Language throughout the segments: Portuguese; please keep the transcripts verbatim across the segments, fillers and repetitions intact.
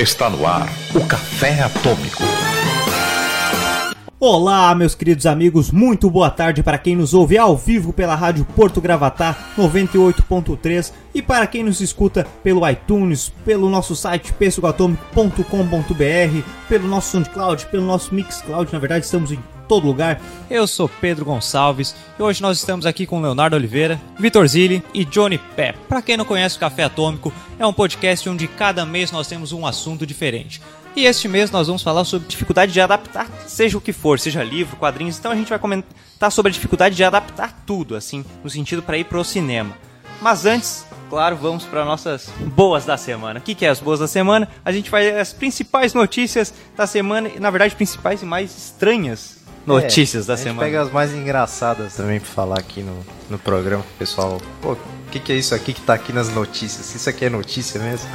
Está no ar o Café Atômico. Olá, meus queridos amigos, muito boa tarde para quem nos ouve ao vivo pela Rádio Porto Gravatá noventa e oito ponto três e para quem nos escuta pelo iTunes, pelo nosso site pêssego atômico ponto com ponto b r, pelo nosso SoundCloud, pelo nosso Mixcloud, na verdade estamos em todo lugar. Eu sou Pedro Gonçalves e hoje nós estamos aqui com Leonardo Oliveira, Vitor Zilli e Johnny Pep. Para quem não conhece o Café Atômico, é um podcast onde cada mês nós temos um assunto diferente. E este mês nós vamos falar sobre dificuldade de adaptar, seja o que for, seja livro, quadrinhos. Então a gente vai comentar sobre a dificuldade de adaptar tudo, assim, no sentido para ir pro cinema. Mas antes, claro, vamos para nossas boas da semana. O que, que é as boas da semana? A gente vai as principais notícias da semana, e na verdade principais e mais estranhas notícias é, da a gente semana. Pega as mais engraçadas também pra falar aqui no, no programa, que o pessoal, pô, o que, que é isso aqui que tá aqui nas notícias? Isso aqui é notícia mesmo?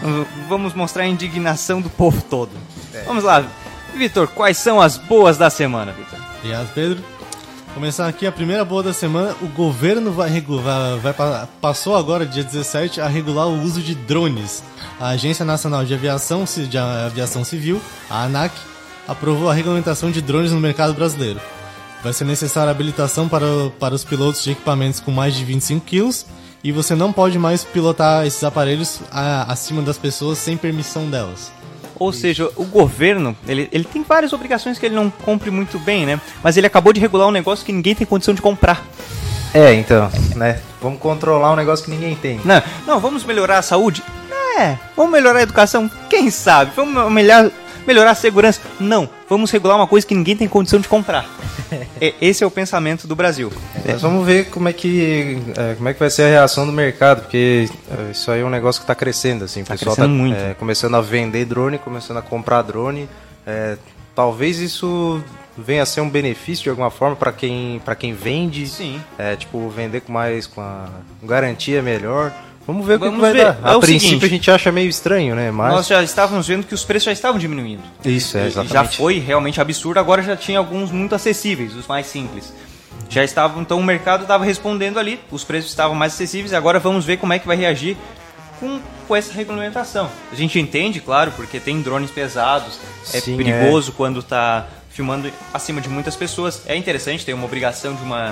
Vamos mostrar a indignação do povo todo. É. Vamos lá, Vitor, quais são as boas da semana, Vitor? Obrigado, Pedro. Começando aqui a primeira boa da semana, o governo vai regular, vai, passou agora, dia dezessete, a regular o uso de drones. A Agência Nacional de Aviação, de Aviação Civil, a ANAC, aprovou a regulamentação de drones no mercado brasileiro. Vai ser necessária a habilitação para, para os pilotos de equipamentos com mais de vinte e cinco quilos e você não pode mais pilotar esses aparelhos a, acima das pessoas sem permissão delas. Ou seja, o governo, ele, ele tem várias obrigações que ele não cumpre muito bem, né? Mas ele acabou de regular um negócio que ninguém tem condição de comprar. É, então, né? Vamos controlar um negócio que ninguém tem. Não, não, vamos melhorar a saúde? É. Vamos melhorar a educação? Quem sabe? Vamos melhorar... melhorar a segurança? Não, vamos regular uma coisa que ninguém tem condição de comprar. Esse é o pensamento do Brasil. É, mas vamos ver como é, que, é, como é que vai ser a reação do mercado, porque é, isso aí é um negócio que está crescendo. Assim, tá o pessoal crescendo está muito. É, começando a vender drone, começando a comprar drone. É, talvez isso venha a ser um benefício de alguma forma para quem, para quem vende. Sim. É, tipo, vender com mais, com a com garantia melhor. Vamos ver o que, que vai ver. dar. É a o princípio seguinte, a gente acha meio estranho, né? Mas nós já estávamos vendo que os preços já estavam diminuindo. Isso, é, exatamente. E já foi realmente absurdo, agora já tinha alguns muito acessíveis, os mais simples. Já estavam, então o mercado estava respondendo ali, os preços estavam mais acessíveis, agora vamos ver como é que vai reagir com, com essa regulamentação. A gente entende, claro, porque tem drones pesados, é Sim, perigoso é. quando está filmando acima de muitas pessoas. É interessante, tem uma obrigação de uma...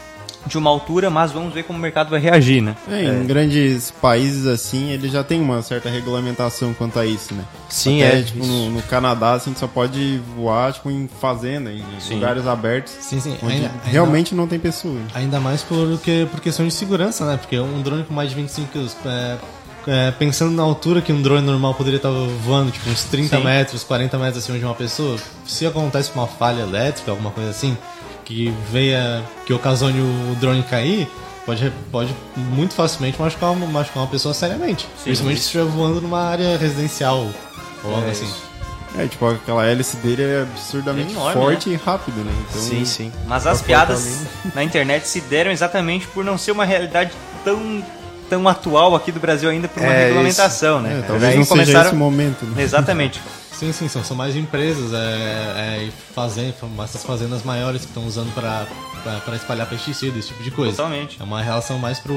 de uma altura, mas vamos ver como o mercado vai reagir, né? É, em é. grandes países assim, ele já tem uma certa regulamentação quanto a isso, né? Sim, Até, é. Tipo, no, no Canadá, assim, só pode voar tipo, em fazenda, em sim. lugares abertos, sim, sim. onde ainda, realmente ainda, não tem pessoa. Ainda mais por, que, por questão de segurança, né? Porque um drone com mais de vinte e cinco quilos, é, é, pensando na altura que um drone normal poderia estar voando, tipo uns trinta sim. metros, quarenta metros acima de uma pessoa, se acontece uma falha elétrica, alguma coisa assim, que venha, que ocasione o drone cair, pode, pode muito facilmente machucar uma, machucar uma pessoa seriamente. Sim, principalmente se estiver voando numa área residencial ou algo é assim. Isso. É, tipo, aquela hélice dele é absurdamente é enorme, forte, né? E rápido, né? Então, sim, sim. Mas as piadas na internet se deram exatamente por não ser uma realidade tão, tão atual aqui do Brasil ainda por uma é, regulamentação, isso. Né? É, talvez não começaram... seja esse momento. Né? Exatamente. Sim, sim, são, são mais empresas, é, é, fazendo, essas fazendas maiores que estão usando para espalhar pesticidas, esse tipo de coisa. Totalmente. É uma relação mais para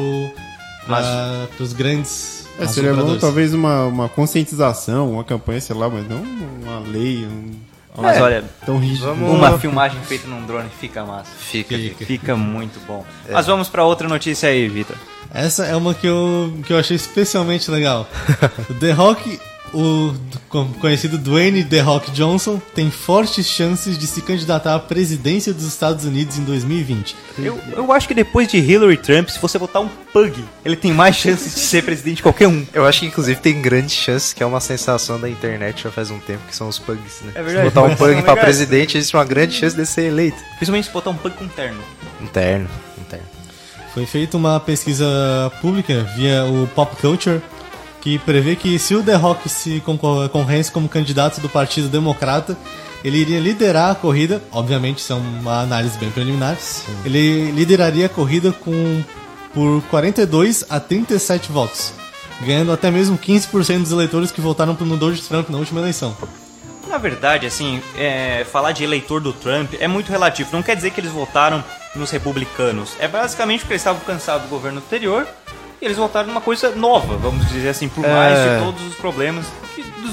Mas... os grandes. É, seria bom talvez uma, uma conscientização, uma campanha, sei lá, mas não uma lei. Um... Mas é, olha, tão rígido. Vamos... uma filmagem feita num drone fica massa. Fica, fica, fica muito bom. É. Mas vamos para outra notícia aí, Vitor. Essa é uma que eu, que eu achei especialmente legal. O The Rock. O conhecido Dwayne The Rock Johnson tem fortes chances de se candidatar à presidência dos Estados Unidos em dois mil e vinte. Eu, eu acho que depois de Hillary Trump, se você botar um pug, ele tem mais chances de ser presidente de qualquer um. Eu acho que inclusive tem grandes chances, que é uma sensação da internet já faz um tempo, que são os pugs, né? É verdade. Se botar um pug pra presidente, existe uma grande chance de ser eleito. Principalmente se botar um pug com terno. Um terno, um terno. Foi feita uma pesquisa pública via o Pop Culture, que prevê que se o The Rock se concorresse como candidato do Partido Democrata, ele iria liderar a corrida, obviamente isso é uma análise bem preliminar, sim. Ele lideraria a corrida com, por quarenta e dois a trinta e sete votos, ganhando até mesmo quinze por cento dos eleitores que votaram no Donald Trump na última eleição. Na verdade, assim, é, falar de eleitor do Trump é muito relativo, não quer dizer que eles votaram nos republicanos, é basicamente porque eles estavam cansados do governo anterior, e eles votaram numa coisa nova, vamos dizer assim, por mais é... de todos os problemas que, dos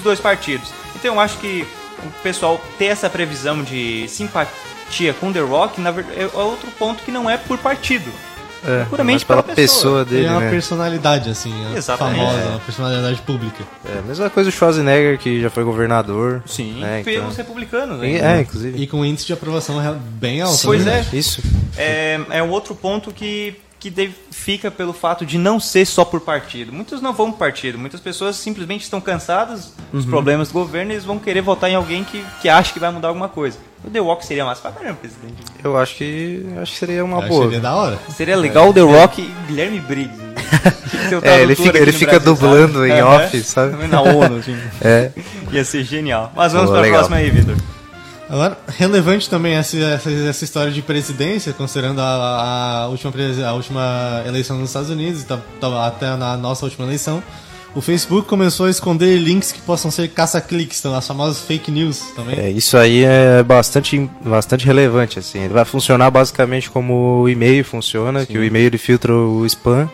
dois partidos. Então eu acho que o pessoal ter essa previsão de simpatia com The Rock, na verdade, é outro ponto que não é por partido. É, puramente pela pela pessoa, pessoa dele, Ele é uma né? personalidade, assim, Exatamente. famosa, É. uma personalidade pública. É, a mesma coisa o Schwarzenegger, que já foi governador. Sim, né, pelos então... republicanos. Né? É, inclusive. E com índice de aprovação real- bem alto. Pois né? é. Isso. É, é um outro ponto que, que deve- fica pelo fato de não ser só por partido. Muitos não vão por partido. Muitas pessoas simplesmente estão cansadas dos problemas do governo e eles vão querer votar em alguém que, que acha que vai mudar alguma coisa. O The Rock seria massa pra caramba, presidente. Eu acho que acho que seria uma Eu acho boa. que seria da hora. Seria legal o The Rock e Guilherme Briggs. É, ele fica, ele fica dublando em off, sabe? Na ONU, assim. É. Ia ser genial. Mas vamos Boa, pra legal. próxima aí, Vitor. Agora, relevante também essa, essa, essa história de presidência, considerando a, a, última, presi- a última eleição nos Estados Unidos, tá, tá, até na nossa última eleição. O Facebook começou a esconder links que possam ser caça-cliques, então as famosas fake news também. É, isso aí é bastante, bastante relevante, assim. Ele vai funcionar basicamente como o e-mail funciona, que o e-mail ele filtra o spam.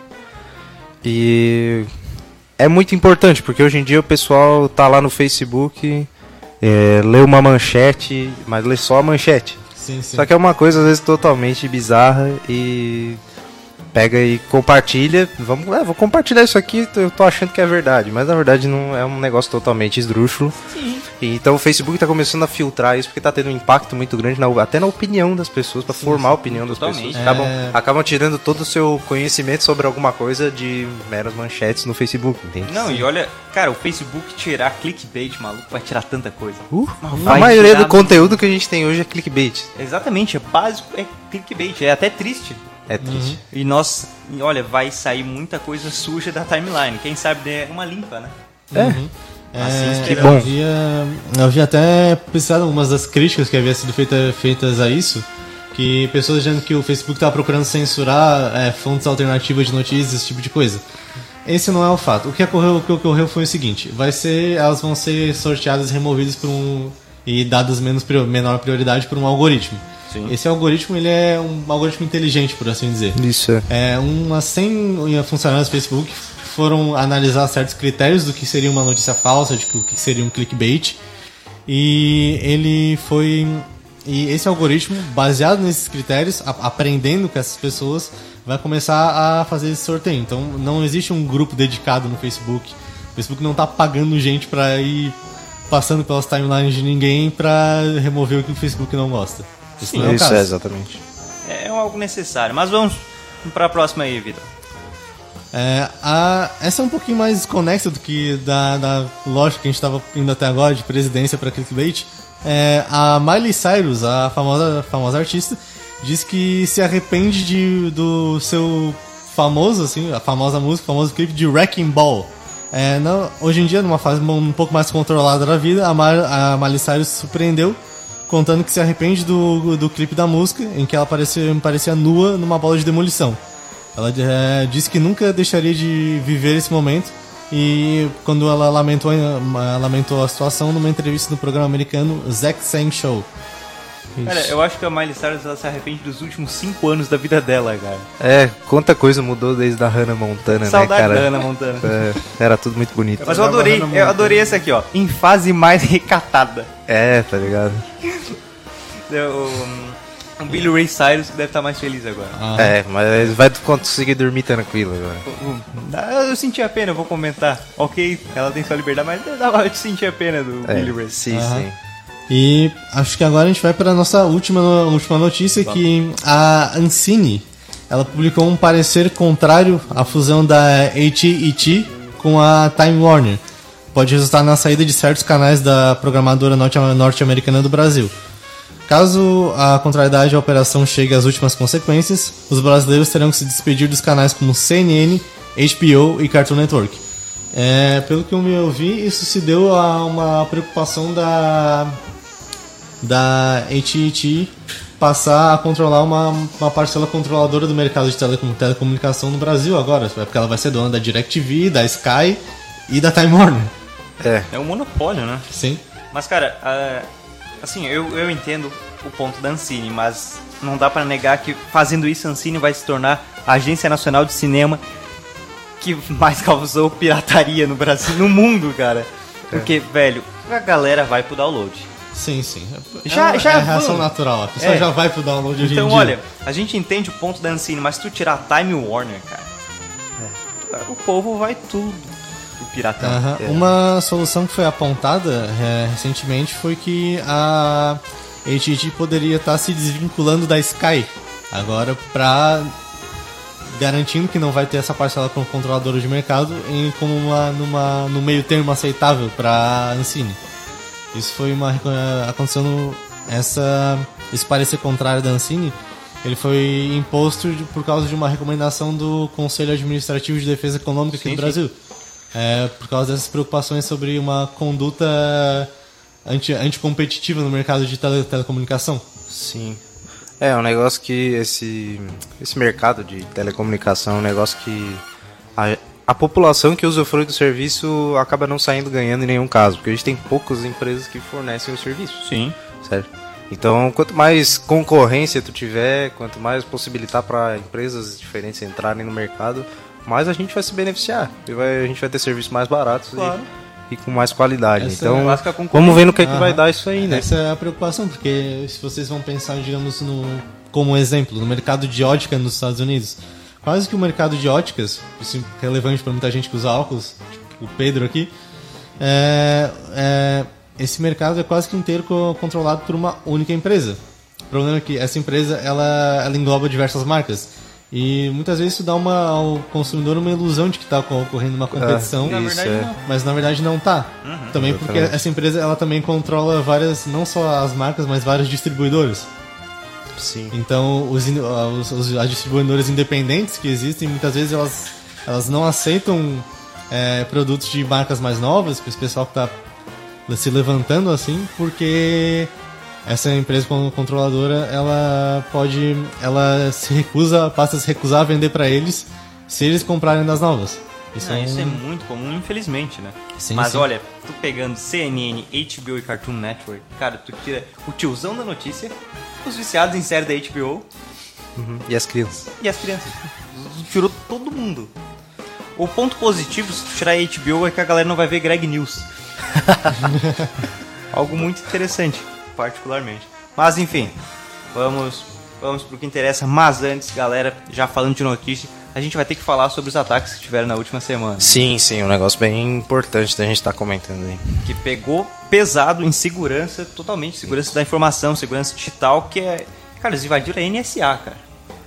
E é muito importante, porque hoje em dia o pessoal tá lá no Facebook, é, lê uma manchete, mas lê só a manchete. Sim, sim. Só que é uma coisa às vezes totalmente bizarra e pega e compartilha. Vamos, é, vou compartilhar isso aqui, eu tô achando que é verdade, mas na verdade não é um negócio totalmente esdrúxulo. Sim. E então o Facebook tá começando a filtrar isso porque tá tendo um impacto muito grande na, até na opinião das pessoas, pra formar a opinião das totalmente. pessoas. Acabam, É. acabam tirando todo o seu conhecimento sobre alguma coisa de meras manchetes no Facebook, entende? Não, e olha, cara, o Facebook tirar clickbait, maluco, vai tirar tanta coisa. Uh, Mas a vai maioria tirar do conteúdo que a gente tem hoje é clickbait. Exatamente, é básico, é clickbait, é até triste. É triste. E nós, e olha, vai sair muita coisa suja da timeline. Quem sabe é uma limpa, né? É, Assim, que eu bom. Havia, eu havia até precisado algumas das críticas que haviam sido feita, feitas a isso, que pessoas dizendo que o Facebook estava procurando censurar é, fontes alternativas de notícias, esse tipo de coisa. Esse não é o fato. O que ocorreu, o que ocorreu foi o seguinte: vai ser, elas vão ser sorteadas e removidas por um e dadas menos prior- menor prioridade por um algoritmo. Sim. Esse algoritmo ele é um algoritmo inteligente, por assim dizer. Isso é. É, umas cem funcionários do Facebook foram analisar certos critérios do que seria uma notícia falsa, de o que seria um clickbait. E ele foi. E esse algoritmo, baseado nesses critérios, a- aprendendo com essas pessoas, vai começar a fazer esse sorteio. Então não existe um grupo dedicado no Facebook. O Facebook não está pagando gente para ir passando pelas timelines de ninguém para remover o que o Facebook não gosta. Esse não é o Isso caso. é, exatamente. É algo necessário. Mas vamos para a próxima aí, Vitor. É, a, essa é um pouquinho mais desconexa do que da, da lógica que a gente estava indo até agora, de presidência para clickbait. É, a Miley Cyrus, a famosa, famosa artista, diz que se arrepende de, do seu famoso, assim, a famosa música, o famoso clipe de Wrecking Ball. É, não, hoje em dia, numa fase um pouco mais controlada da vida, a, Mar, a Miley Cyrus se surpreendeu contando que se arrepende do, do clipe da música, em que ela parecia, parecia nua numa bola de demolição. Ela é, disse que nunca deixaria de viver esse momento e quando ela lamentou, lamentou a situação numa entrevista no programa americano Zack Sang Show. Cara, eu acho que a Miley Cyrus ela se arrepende dos últimos cinco anos da vida dela, cara. É, quanta coisa mudou desde a Hannah Montana, Saudade né, cara? da Hannah Montana. É, era tudo muito bonito. Mas eu adorei, eu adorei esse aqui, ó. Em fase mais recatada. É, tá ligado? O, o Billy Ray Cyrus deve estar mais feliz agora. Ah. É, mas vai conseguir dormir tranquilo agora. Eu senti a pena, eu vou comentar. Ok, ela tem sua liberdade, mas dava de sentir a pena do É, Billy Ray. sim, Aham. sim. E acho que agora a gente vai para a nossa última, última notícia, que a Ancine, ela publicou um parecer contrário à fusão da A T e T com a Time Warner. Pode resultar na saída de certos canais da programadora norte- norte-americana do Brasil. Caso a contrariedade à operação chegue às últimas consequências, os brasileiros terão que se despedir dos canais como C N N, H B O e Cartoon Network. É, pelo que eu me ouvi, isso se deu a uma preocupação da da A T e T passar a controlar uma, uma parcela controladora do mercado de telecom, telecomunicação no Brasil agora, porque ela vai ser dona da DirecTV, da Sky e da Time Warner. É, É um monopólio, né? Sim. Mas, cara, ah, assim, eu, eu entendo o ponto da Ancine, mas não dá pra negar que fazendo isso a Ancine vai se tornar a Agência Nacional de Cinema que mais causou pirataria no Brasil, no mundo, cara. Porque, velho, a galera vai pro download. Sim, sim. Já, é, já é a reação vamos. natural. A pessoa É. já vai pro download hoje em Então, dia. olha, a gente entende o ponto da Ancine, mas se tu tirar a Time Warner, cara, o povo vai tudo pro piratão. Aham. Uma solução que foi apontada é, recentemente foi que a A T e T poderia estar se desvinculando da Sky agora pra garantindo que não vai ter essa parcela como controladora de mercado em como uma numa no meio termo aceitável para Ancine. Isso foi uma aconteceu no, essa esse parecer contrário da Ancine, ele foi imposto de, por causa de uma recomendação do Conselho Administrativo de Defesa Econômica aqui Sim, no sim. Brasil. É, por causa dessas preocupações sobre uma conduta anti, anticompetitiva no mercado de tele, telecomunicação. Sim. É, um negócio que esse, esse mercado de telecomunicação é um negócio que a, a população que usufrui do serviço acaba não saindo ganhando em nenhum caso, porque a gente tem poucas empresas que fornecem o serviço. Sim. Certo? Então, quanto mais concorrência tu tiver, quanto mais possibilitar para empresas diferentes entrarem no mercado, mais a gente vai se beneficiar. E vai, a gente vai ter serviços mais baratos Claro. e, e com mais qualidade. Essa então, é a clássica concorrência. vamos ver no que, é que Aham. vai dar isso aí, né? Essa é a preocupação, porque se vocês vão pensar, digamos, no, como exemplo, no mercado de ótica nos Estados Unidos, quase que o mercado de óticas, isso é relevante para muita gente que usa óculos, tipo o Pedro aqui, é, é, esse mercado é quase que inteiro co- controlado por uma única empresa. O problema é que essa empresa ela, ela engloba diversas marcas. E muitas vezes isso dá uma, ao consumidor uma ilusão de que está ocorrendo uma competição. Na Isso, verdade, é. não. Mas na verdade não tá. Também porque exatamente. essa empresa ela também controla várias, não só as marcas, mas vários distribuidores. Sim. Então os, in- os, os as distribuidoras independentes que existem, muitas vezes elas, elas não aceitam é, produtos de marcas mais novas, que esse pessoal que tá se levantando assim, porque essa empresa con- controladora ela pode, ela se recusa, passa a se recusar a vender para eles se eles comprarem das novas. Isso, Não, é, um- isso é muito comum, infelizmente, né? Sim, Mas sim. olha, tu pegando C N N, H B O e Cartoon Network, cara, tu tira o tiozão da notícia, os viciados em série da H B O Uhum. E as crianças? e as crianças. Tu tirou todo mundo. O ponto positivo, se tu tirar a H B O, é que a galera não vai ver Greg News. Algo muito interessante, particularmente. Mas enfim, vamos, vamos pro que interessa. Mas antes, galera, já falando de notícia, a gente vai ter que falar sobre os ataques que tiveram na última semana. Sim, sim, um negócio bem importante da gente estar comentando aí. Que pegou pesado em segurança, totalmente, segurança da informação, segurança digital, que é... Cara, eles invadiram a N S A, cara.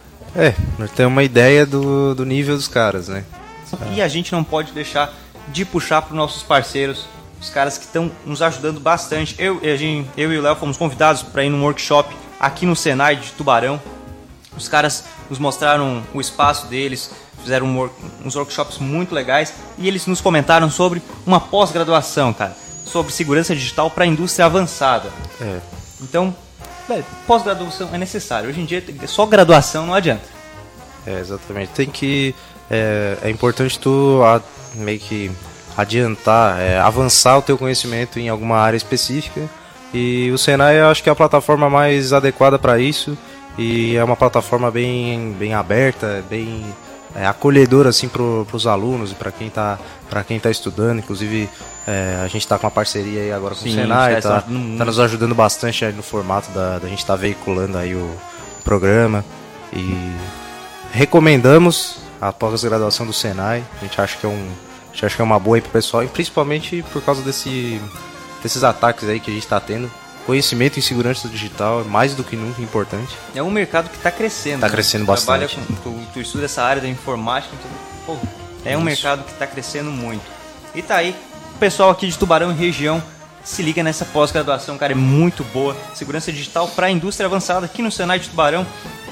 É, nós temos uma ideia do, do nível dos caras, né? E a gente não pode deixar de puxar para os nossos parceiros, os caras que estão nos ajudando bastante. Eu, a gente, eu e o Léo fomos convidados para ir num workshop aqui no Senai de Tubarão. Os caras nos mostraram o espaço deles, fizeram um work, uns workshops muito legais e eles nos comentaram sobre uma pós-graduação, cara, sobre segurança digital para a indústria avançada. É. Então, velho, pós-graduação é necessário. Hoje em dia, só graduação não adianta. É, exatamente. Tem que... É, é importante tu a, meio que adiantar, é, avançar o teu conhecimento em alguma área específica. E o Senai eu acho que é a plataforma mais adequada para isso. E é uma plataforma bem, bem aberta, bem é, acolhedora assim, para os alunos e para quem está para quem tá estudando. Inclusive, é, a gente está com uma parceria aí agora com Sim, o Senai, os caras está tão ajudando tá nos ajudando bastante aí no formato da, da gente estar tá veiculando aí o programa. E recomendamos a pós-graduação do Senai. A gente acha que é um, a gente acha que é uma boa aí pro pessoal, e principalmente por causa desse, desses ataques aí que a gente está tendo. Conhecimento em segurança digital é mais do que nunca importante. É um mercado que está crescendo. Tá né? crescendo Tu trabalha bastante. Com, tu, tu estuda essa área da informática, então, pô, é um Isso. mercado que está crescendo muito. E tá aí, o pessoal aqui de Tubarão e região se liga nessa pós-graduação, cara, é muito boa. Segurança digital para a indústria avançada aqui no Senai de Tubarão.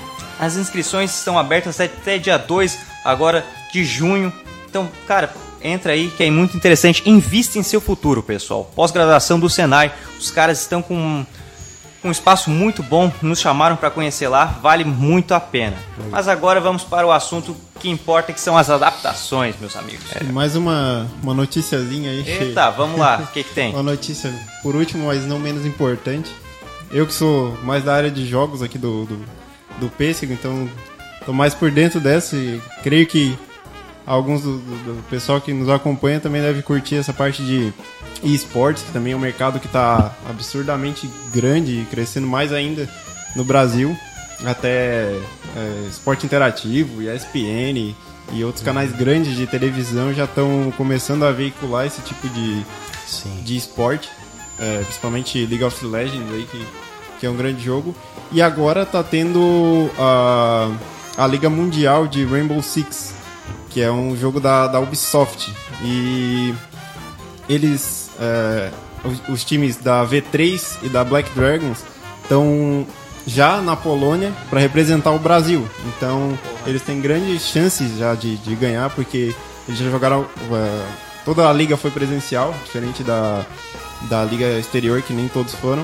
As inscrições estão abertas até dia dois agora de junho. Então, cara, entra aí que é muito interessante. Invista em seu futuro, pessoal. Pós-graduação do Senai. Os caras estão com um, um espaço muito bom. Nos chamaram para conhecer lá. Vale muito a pena. Mas agora vamos para o assunto que importa, que são as adaptações, meus amigos. Mais uma, uma noticiazinha aí. Eita, vamos lá. O que que tem? Uma notícia, por último, mas não menos importante. Eu que sou mais da área de jogos aqui do, do, do Pêssego, então tô mais por dentro dessa e creio que alguns do, do, do pessoal que nos acompanha também deve curtir essa parte de eSports, que também é um mercado que está absurdamente grande e crescendo mais ainda no Brasil. Até é, Esporte Interativo, E S P N e outros canais grandes de televisão já estão começando a veicular esse tipo de, de esporte, é, principalmente League of Legends, aí, que, que é um grande jogo. E agora está tendo a, a Liga Mundial de Rainbow Six, que é um jogo da, da Ubisoft. E eles, é, os, os times da V três e da Black Dragons estão já na Polônia para representar o Brasil. Então, porra, eles têm grandes chances já de, de ganhar, porque eles já jogaram... Uh, toda a liga foi presencial, diferente da, da liga exterior, que nem todos foram.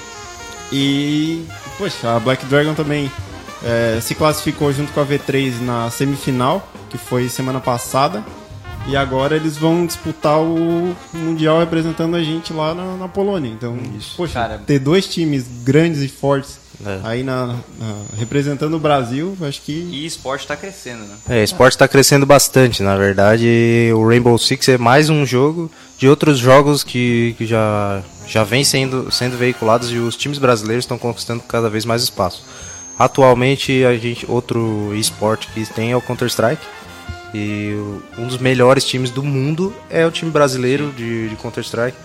E, poxa, a Black Dragon também é, se classificou junto com a V três na semifinal, que foi semana passada. E agora eles vão disputar o Mundial representando a gente lá na, na Polônia. Então, isso, poxa, cara, ter dois times grandes e fortes é. aí na, na, representando o Brasil, acho que... E esporte tá crescendo, né? É, esporte tá crescendo bastante. Na verdade, o Rainbow Six é mais um jogo de outros jogos que, que já, já vem sendo, sendo veiculados e os times brasileiros estão conquistando cada vez mais espaço. Atualmente, a gente, outro esporte que tem é o Counter-Strike. E um dos melhores times do mundo é o time brasileiro de, de Counter-Strike.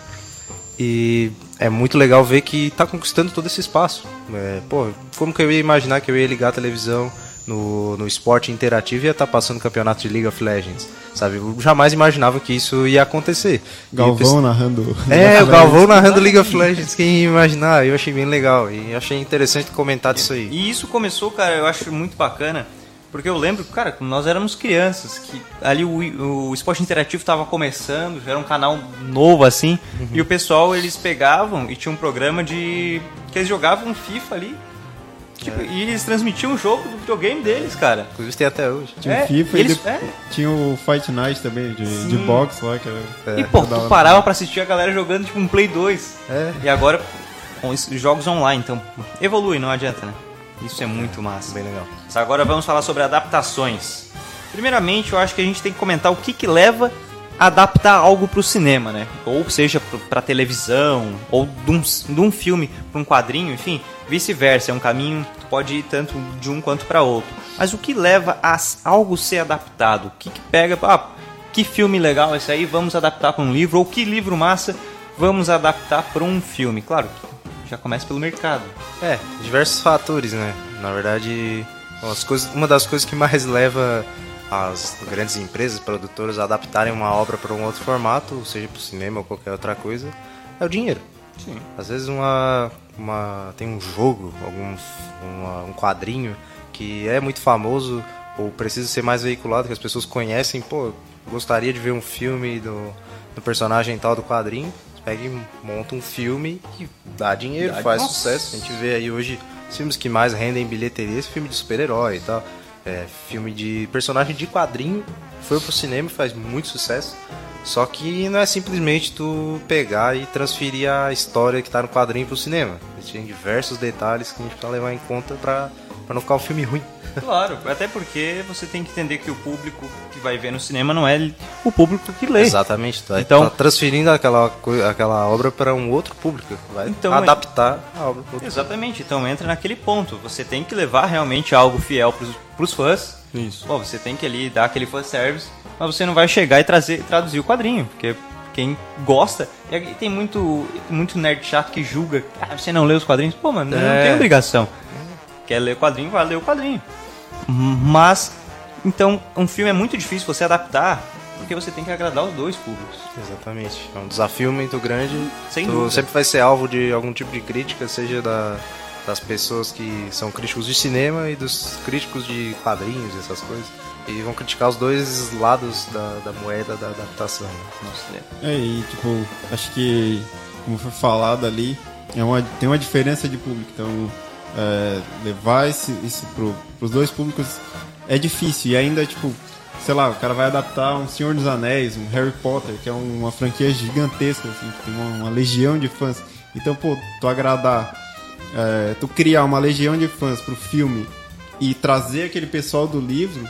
E é muito legal ver que está conquistando todo esse espaço. É, pô, como que eu ia imaginar que eu ia ligar a televisão no, no esporte interativo e ia estar tá passando campeonato de League of Legends? Sabe? Eu jamais imaginava que isso ia acontecer. Galvão penso... narrando... É, o Galvão narrando League of Legends, quem ia imaginar? Eu achei bem legal e achei interessante comentar disso aí. E isso começou, cara, eu acho muito bacana. Porque eu lembro, cara, quando nós éramos crianças, que ali o, o esporte interativo estava começando, era um canal novo assim, uhum. E o pessoal, eles pegavam e tinha um programa de... que eles jogavam FIFA ali, tipo, é. E eles transmitiam o jogo do videogame deles, cara. Inclusive tem até hoje. Tinha é, o FIFA e eles, de... é. tinha o Fight Night também, de, de boxe lá. Que era... E pô, tu parava pra assistir a galera jogando tipo um Play dois. É. E agora, com os jogos online, então evolui, não adianta, né? Isso é muito massa. Bem legal. Agora vamos falar sobre adaptações. Primeiramente, eu acho que a gente tem que comentar o que, que leva a adaptar algo para o cinema, né? Ou seja, para televisão, ou de um, de um filme para um quadrinho, enfim, vice-versa. É um caminho que pode ir tanto de um quanto para outro. Mas o que leva a algo ser adaptado? O que, que pega... Ah, que filme legal esse aí, vamos adaptar para um livro. Ou que livro massa, vamos adaptar para um filme. Claro, já começa pelo mercado. É, diversos fatores, né? Na verdade, as coisas, uma das coisas que mais leva as grandes empresas, produtoras, a adaptarem uma obra para um outro formato, seja para o cinema ou qualquer outra coisa, é o dinheiro. Sim. Às vezes uma, uma, tem um jogo, algum, uma, um quadrinho que é muito famoso ou precisa ser mais veiculado, que as pessoas conhecem, pô, gostaria de ver um filme do, do personagem tal do quadrinho. Pega e monta um filme e dá dinheiro, dá faz nossa. sucesso. A gente vê aí hoje os filmes que mais rendem bilheteria, esse filme de super-herói e tal. É, filme de personagem de quadrinho, foi pro cinema e faz muito sucesso. Só que não é simplesmente tu pegar e transferir a história que tá no quadrinho pro cinema. Tem diversos detalhes que a gente precisa levar em conta pra, pra não ficar um filme ruim. Claro, até porque você tem que entender que o público que vai ver no cinema não é o público que lê. Exatamente, tá, então, tá transferindo aquela, aquela obra para um outro público, vai então, adaptar é... a obra para outro Exatamente, público. Então entra naquele ponto, você tem que levar realmente algo fiel para os fãs. Isso. Pô, você tem que ali dar aquele fanservice, mas você não vai chegar e trazer, traduzir o quadrinho, porque quem gosta, e tem muito, muito nerd chato que julga, ah, você não lê os quadrinhos, pô, mano, é. não tem obrigação. Quer ler o quadrinho, vai ler o quadrinho. Mas, então, um filme é muito difícil você adaptar, porque você tem que agradar os dois públicos. Exatamente. É um desafio muito grande. Sem tu dúvida. Sempre vai ser alvo de algum tipo de crítica, seja da, das pessoas que são críticos de cinema e dos críticos de quadrinhos, essas coisas. E vão criticar os dois lados da, da moeda da adaptação. Nossa, é, e tipo, acho que, como foi falado ali, é uma, tem uma diferença de público, então... É, levar esse, isso pro, pros dois públicos é difícil. E ainda, tipo, sei lá, o cara vai adaptar um Senhor dos Anéis, um Harry Potter, que é uma franquia gigantesca, assim, que tem uma, uma legião de fãs. Então, pô, tu agradar, é, tu criar uma legião de fãs pro filme e trazer aquele pessoal do livro,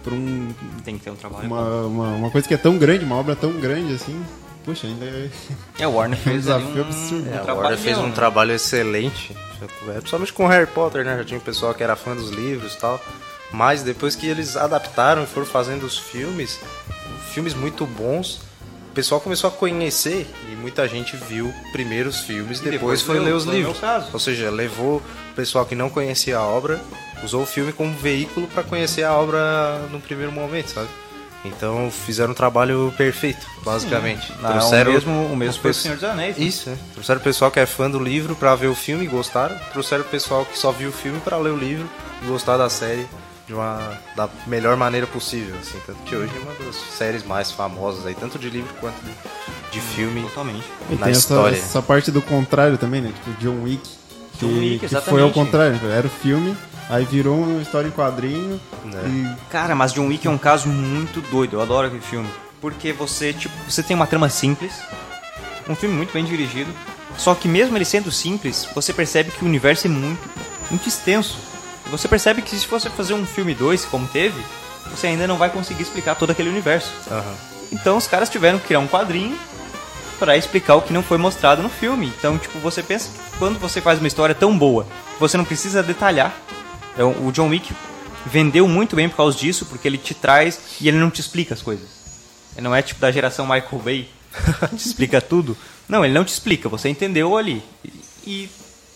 por um, Tem que ter um trabalho uma, bom. uma, uma coisa que é tão grande, uma obra tão grande assim, poxa, ainda é É, o Warner um fez ali desafio um, absurdo. um É, a trabalho Warner fez meu, um né? trabalho excelente, é, principalmente com Harry Potter, né? Já tinha um pessoal que era fã dos livros e tal. Mas depois que eles adaptaram e foram fazendo os filmes, filmes muito bons, o pessoal começou a conhecer e muita gente viu primeiro os filmes e depois, depois foi leu, ler os foi o livros. meu caso. Ou seja, levou o pessoal que não conhecia a obra, usou o filme como veículo para conhecer a obra no primeiro momento, sabe? Então fizeram um trabalho perfeito, basicamente. Não, é o mesmo, o mesmo foi o Senhor dos Anéis. Né? Isso, né? Trouxeram o pessoal que é fã do livro pra ver o filme e gostaram. Trouxeram o pessoal que só viu o filme pra ler o livro e gostar da série de uma, da melhor maneira possível, assim. Tanto que hoje é uma das séries mais famosas aí, tanto de livro quanto de, de filme. Totalmente. E na tem essa, história. essa parte do contrário também, né? Tipo, John Wick. Que, John Wick, que exatamente. foi ao contrário, era o filme, aí virou uma história em quadrinho. Né? E Cara, mas John Wick é um caso muito doido. Eu adoro aquele filme. Porque você, tipo, você tem uma trama simples, um filme muito bem dirigido, só que mesmo ele sendo simples, você percebe que o universo é muito, muito extenso. E você percebe que se você fazer um filme dois, como teve, você ainda não vai conseguir explicar todo aquele universo. Aham. Então os caras tiveram que criar um quadrinho pra explicar o que não foi mostrado no filme. Então, tipo, você pensa que quando você faz uma história tão boa, você não precisa detalhar. Então, o John Wick vendeu muito bem por causa disso, porque ele te traz e ele não te explica as coisas. Ele não é tipo da geração Michael Bay, que te explica tudo. Não, ele não te explica, você entendeu ali. E,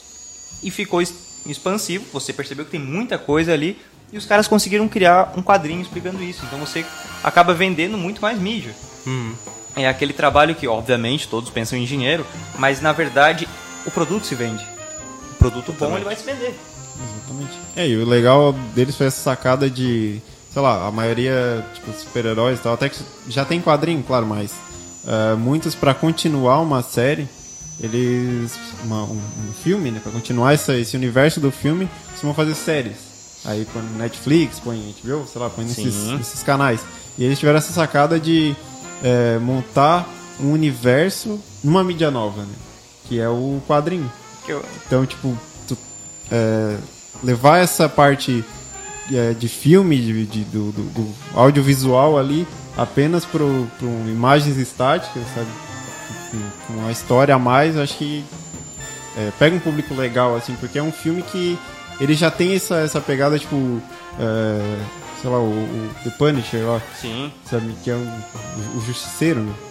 e ficou es- expansivo, você percebeu que tem muita coisa ali, e os caras conseguiram criar um quadrinho explicando isso. Então você acaba vendendo muito mais mídia. Uhum. É aquele trabalho que, obviamente, todos pensam em dinheiro, mas na verdade o produto se vende. O produto bom ele vai se vender. Exatamente. É, e o legal deles foi essa sacada de, sei lá, a maioria, tipo, super-heróis e tal, até que já tem quadrinho, claro, mas uh, muitos, pra continuar uma série, eles, uma, um, um filme, né, pra continuar essa, esse universo do filme, costumam fazer séries. Aí põe no Netflix, põe H B O, sei lá, põe nesses, nesses canais. E eles tiveram essa sacada de é, montar um universo numa mídia nova, né, que é o quadrinho. Que eu- Então, tipo, tu, é, levar essa parte é, de filme, de, de- do, do- do audiovisual ali, apenas para imagens estáticas, sabe? Com uma história a mais, eu acho que é, pega um público legal, assim, porque é um filme que ele já tem essa, essa pegada, tipo, é, sei lá, o, o The Punisher, lá, Sim. sabe? Que é um, o Justiceiro, né?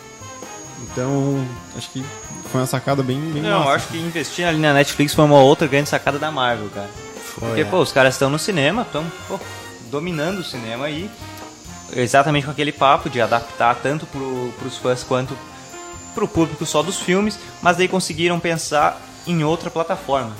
Então, acho que foi uma sacada bem, bem Não, eu massa. acho que investir ali na Netflix foi uma outra grande sacada da Marvel, cara. Porque, é. pô, os caras estão no cinema, estão dominando o cinema aí, exatamente com aquele papo de adaptar tanto pro, pros fãs quanto pro público só dos filmes, mas daí conseguiram pensar em outra plataforma.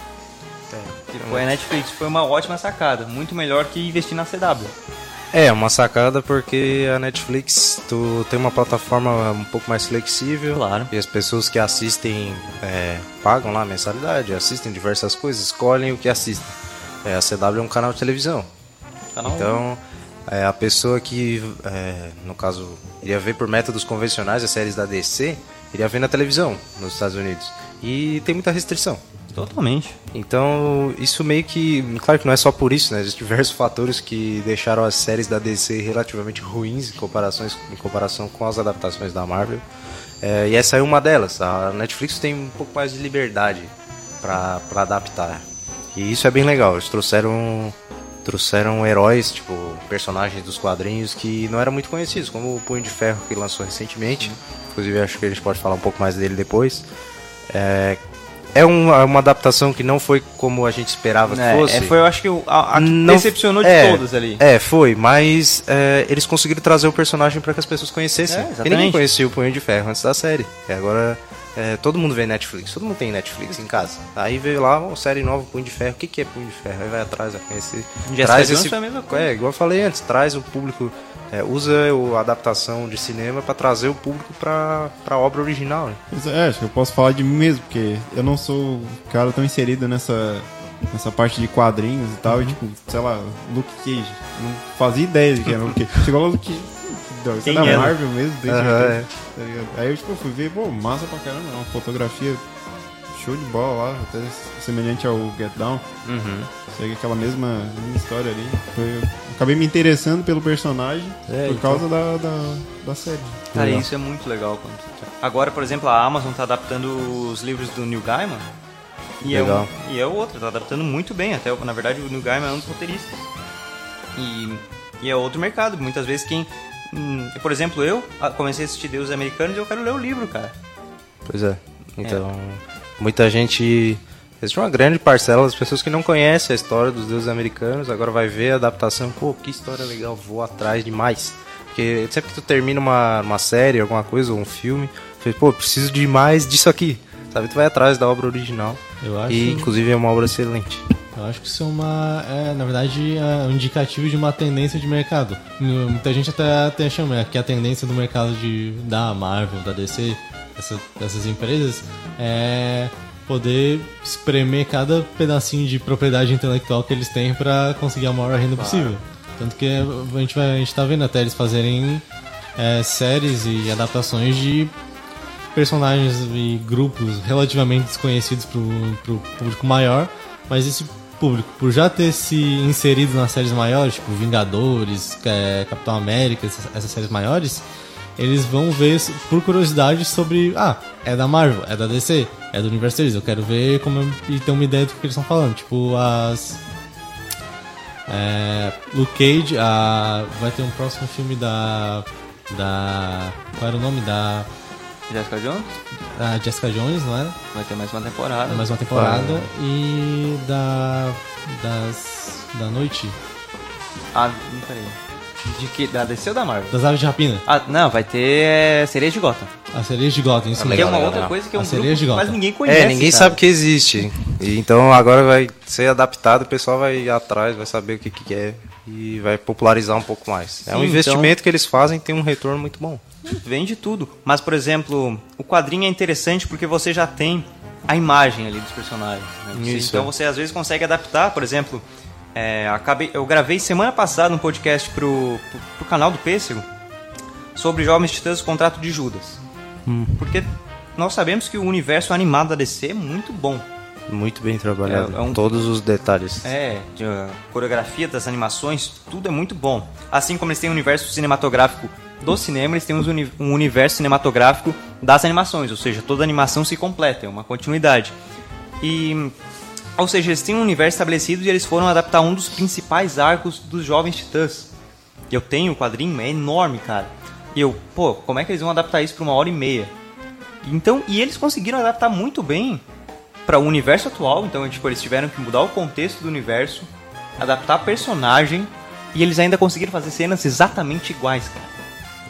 Que foi a Netflix. Foi uma ótima sacada, muito melhor que investir na C W. É, uma sacada porque a Netflix tu tem uma plataforma um pouco mais flexível. Claro. E as pessoas que assistem é, pagam lá a mensalidade, assistem diversas coisas, escolhem o que assistem. É, a C W é um canal de televisão. Canal Então, é, a pessoa que, é, no caso, iria ver por métodos convencionais as séries da D C, iria ver na televisão nos Estados Unidos. E tem muita restrição. Totalmente. Então, isso meio que... Claro que não é só por isso, né? Existem diversos fatores que deixaram as séries da D C relativamente ruins em, comparações, em comparação com as adaptações da Marvel. É, e essa é uma delas. A Netflix tem um pouco mais de liberdade para adaptar. E isso é bem legal. Eles trouxeram, trouxeram heróis, tipo, personagens dos quadrinhos que não eram muito conhecidos, como o Punho de Ferro, que lançou recentemente. Inclusive, acho que a gente pode falar um pouco mais dele depois. É... É uma, uma adaptação que não foi como a gente esperava que É, fosse. é, foi, eu acho que o- a, a que Não- decepcionou de é, todas ali. É, foi, mas é, eles conseguiram trazer o personagem para que as pessoas conhecessem. É, Porque exatamente. ninguém conhecia o Punho de Ferro antes da série. E agora é, todo mundo vê Netflix, todo mundo tem Netflix em casa. Aí veio lá uma série nova, Punho de Ferro. O que, que é Punho de Ferro? Aí vai atrás, vai conhecer. Jessica traz Jones esse, foi a mesma coisa. É, igual eu falei antes, traz o público, é, usa o- a adaptação de cinema para trazer o público para a obra original. Né? Pois é, acho que eu posso falar de mim mesmo, porque eu não sou um cara tão inserido nessa, nessa parte de quadrinhos e tal, e tipo, sei lá, Luke Cage. Não fazia ideia de quem era Luke Cage. Chegou lá, Luke Cage. Não, isso é Quem da é? Marvel mesmo, tem Aham, certeza, é. tá ligado? Aí eu tipo, fui ver, pô, massa pra caramba, uma fotografia show de bola lá, até semelhante ao Get Down. Uhum. Segue aquela mesma, mesma história ali. Foi, eu acabei me interessando pelo personagem É, por então. causa da, da, da série. Cara, Legal. isso é muito legal. Quando... Agora, por exemplo, a Amazon tá adaptando os livros do Neil Gaiman. E é, Legal. um, e é outro, tá adaptando muito bem. Até, na verdade, o Neil Gaiman é um dos roteiristas. E, e é outro mercado. Muitas vezes quem... Hum, por exemplo, eu comecei a assistir Deuses Americanos e eu quero ler o livro, cara. Pois é. Então, muita gente... Existe uma grande parcela das pessoas que não conhecem a história dos deuses americanos, agora vai ver a adaptação, pô, que história legal, vou atrás demais. Porque sempre que tu termina uma, uma série, alguma coisa, ou um filme, tu fala, pô, preciso de mais disso aqui. Sabe, tu vai atrás da obra original. Eu acho, E, inclusive, é uma obra excelente. eu acho que isso é uma, é, na verdade, é um indicativo de uma tendência de mercado. Muita gente até, até chama que a tendência do mercado de, da Marvel, da D C, essa, dessas empresas, é poder espremer cada pedacinho de propriedade intelectual que eles têm pra conseguir a maior renda possível. Tanto que a gente, vai, a gente tá vendo até eles fazerem é, séries e adaptações de personagens e grupos relativamente desconhecidos pro, pro público maior, mas esse público, por já ter se inserido nas séries maiores, tipo Vingadores, é, Capitão América, essas, essas séries maiores, eles vão ver por curiosidade sobre, ah, é da Marvel, é da D C, é do universo deles, eu quero ver como eu, e ter uma ideia do que eles estão falando. Tipo, as... É, Luke Cage, a, vai ter um próximo filme da... da... qual era o nome? Da... Jessica Jones da Jessica Jones, não era? vai ter mais uma temporada. Mais uma temporada. E da... das... da noite, Ah, não, peraí. De que? Da D C ou da Marvel? das aves de rapina. Ah, não, vai ter é, Sereias de Gotham. As sereias de Gotham, isso Que é mesmo. uma legal, outra legal. coisa que é um As grupo Sereias de que quase Gotham. ninguém conhece. É, ninguém cara. sabe que existe. E então agora vai ser adaptado, o pessoal vai ir atrás, vai saber o que, que é e vai popularizar um pouco mais. É um Sim, investimento então- que eles fazem, tem um retorno muito bom. Vende tudo. Mas, por exemplo, o quadrinho é interessante porque você já tem a imagem ali dos personagens. Né? Você- Isso, então é. você às vezes consegue adaptar, por exemplo, é, acabei, eu gravei semana passada um podcast pro, pro, pro canal do Pêssego sobre Jovens Titãs, o Contrato de Judas. Hum. Porque nós sabemos que o universo animado da D C é muito bom. Muito bem trabalhado, É, é um- todos os detalhes. É, de, uh, coreografia das animações, tudo é muito bom. Assim como eles têm um universo cinematográfico do cinema, eles têm um, uni- um universo cinematográfico das animações, ou seja, toda animação se completa, é uma continuidade. E, ou seja, eles têm um universo estabelecido e eles foram adaptar um dos principais arcos dos Jovens Titãs. Eu tenho o quadrinho, é enorme, cara. E eu, pô, como é que eles vão adaptar isso para uma hora e meia? Então, e eles conseguiram adaptar muito bem para o universo atual. Então, tipo, eles tiveram que mudar o contexto do universo, adaptar a personagem, e eles ainda conseguiram fazer cenas exatamente iguais, cara.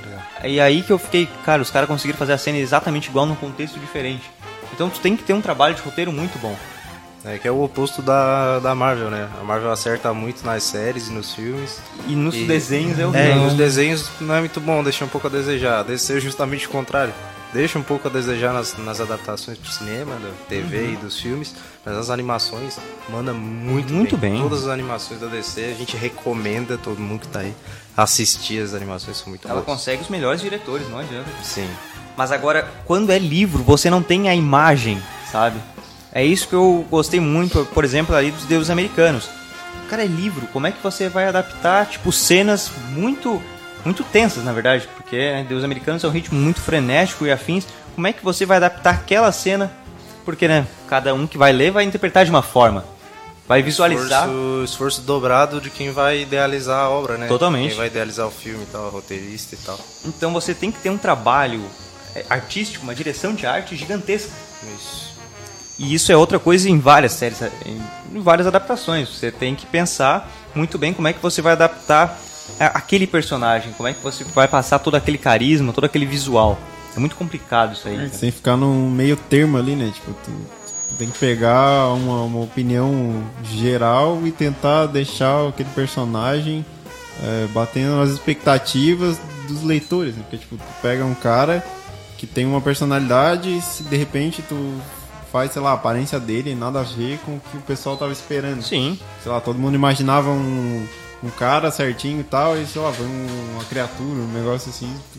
E aí que eu fiquei, cara, os caras conseguiram fazer a cena exatamente igual num contexto diferente. Então tu tem que ter um trabalho de roteiro muito bom. É que é o oposto da, da Marvel, né? A Marvel acerta muito nas séries e nos filmes. E nos E- desenhos é É, horrível. nos desenhos não é muito bom, deixa um pouco a desejar. Deve ser justamente o contrário. Deixa um pouco a desejar nas, nas adaptações pro cinema, da T V Uhum. e dos filmes, mas as animações manda muito, Muito bem. Todas as animações da D C a gente recomenda todo mundo que tá aí assistir as animações, são muito Ela boas. consegue os melhores diretores, não adianta. Sim. Mas agora, quando é livro, você não tem a imagem, sabe? É isso que eu gostei muito, por exemplo, ali dos Deuses Americanos. Cara, é livro, como é que você vai adaptar, tipo, cenas muito, muito tensas, na verdade? Porque né, Deuses Americanos é um ritmo muito frenético e afins. Como é que você vai adaptar aquela cena? Porque, né, cada um que vai ler vai interpretar de uma forma. Vai visualizar... Esforço, esforço dobrado de quem vai idealizar a obra, né? Totalmente. Quem vai idealizar o filme e tal, roteirista e tal. Então você tem que ter um trabalho é, artístico, uma direção de arte gigantesca. Isso. E isso é outra coisa em várias séries, em em várias adaptações. Você tem que pensar muito bem como é que você vai adaptar a- aquele personagem, como é que você vai passar todo aquele carisma, todo aquele visual. É muito complicado isso aí. cara. Sem ficar num meio termo ali, né? Tipo, tu, tu tem que pegar uma, uma opinião geral e tentar deixar aquele personagem é, batendo nas expectativas dos leitores, né? Porque, tipo, tu pega um cara que tem uma personalidade e se de repente tu faz, sei lá, a aparência dele nada a ver com o que o pessoal tava esperando. Sim. Sei lá, todo mundo imaginava um, um cara certinho e tal, e sei lá, foi um- uma criatura, um negócio assim.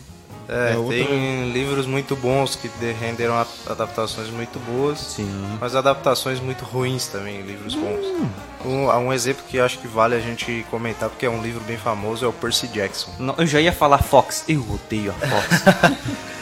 É, É outra- tem livros muito bons que de- renderam a- adaptações muito boas, Sim. mas adaptações muito ruins também, livros bons. Um, um exemplo que eu acho que vale a gente comentar, porque é um livro bem famoso, é o Percy Jackson. Não, eu já ia falar Fox. Eu odeio a Fox.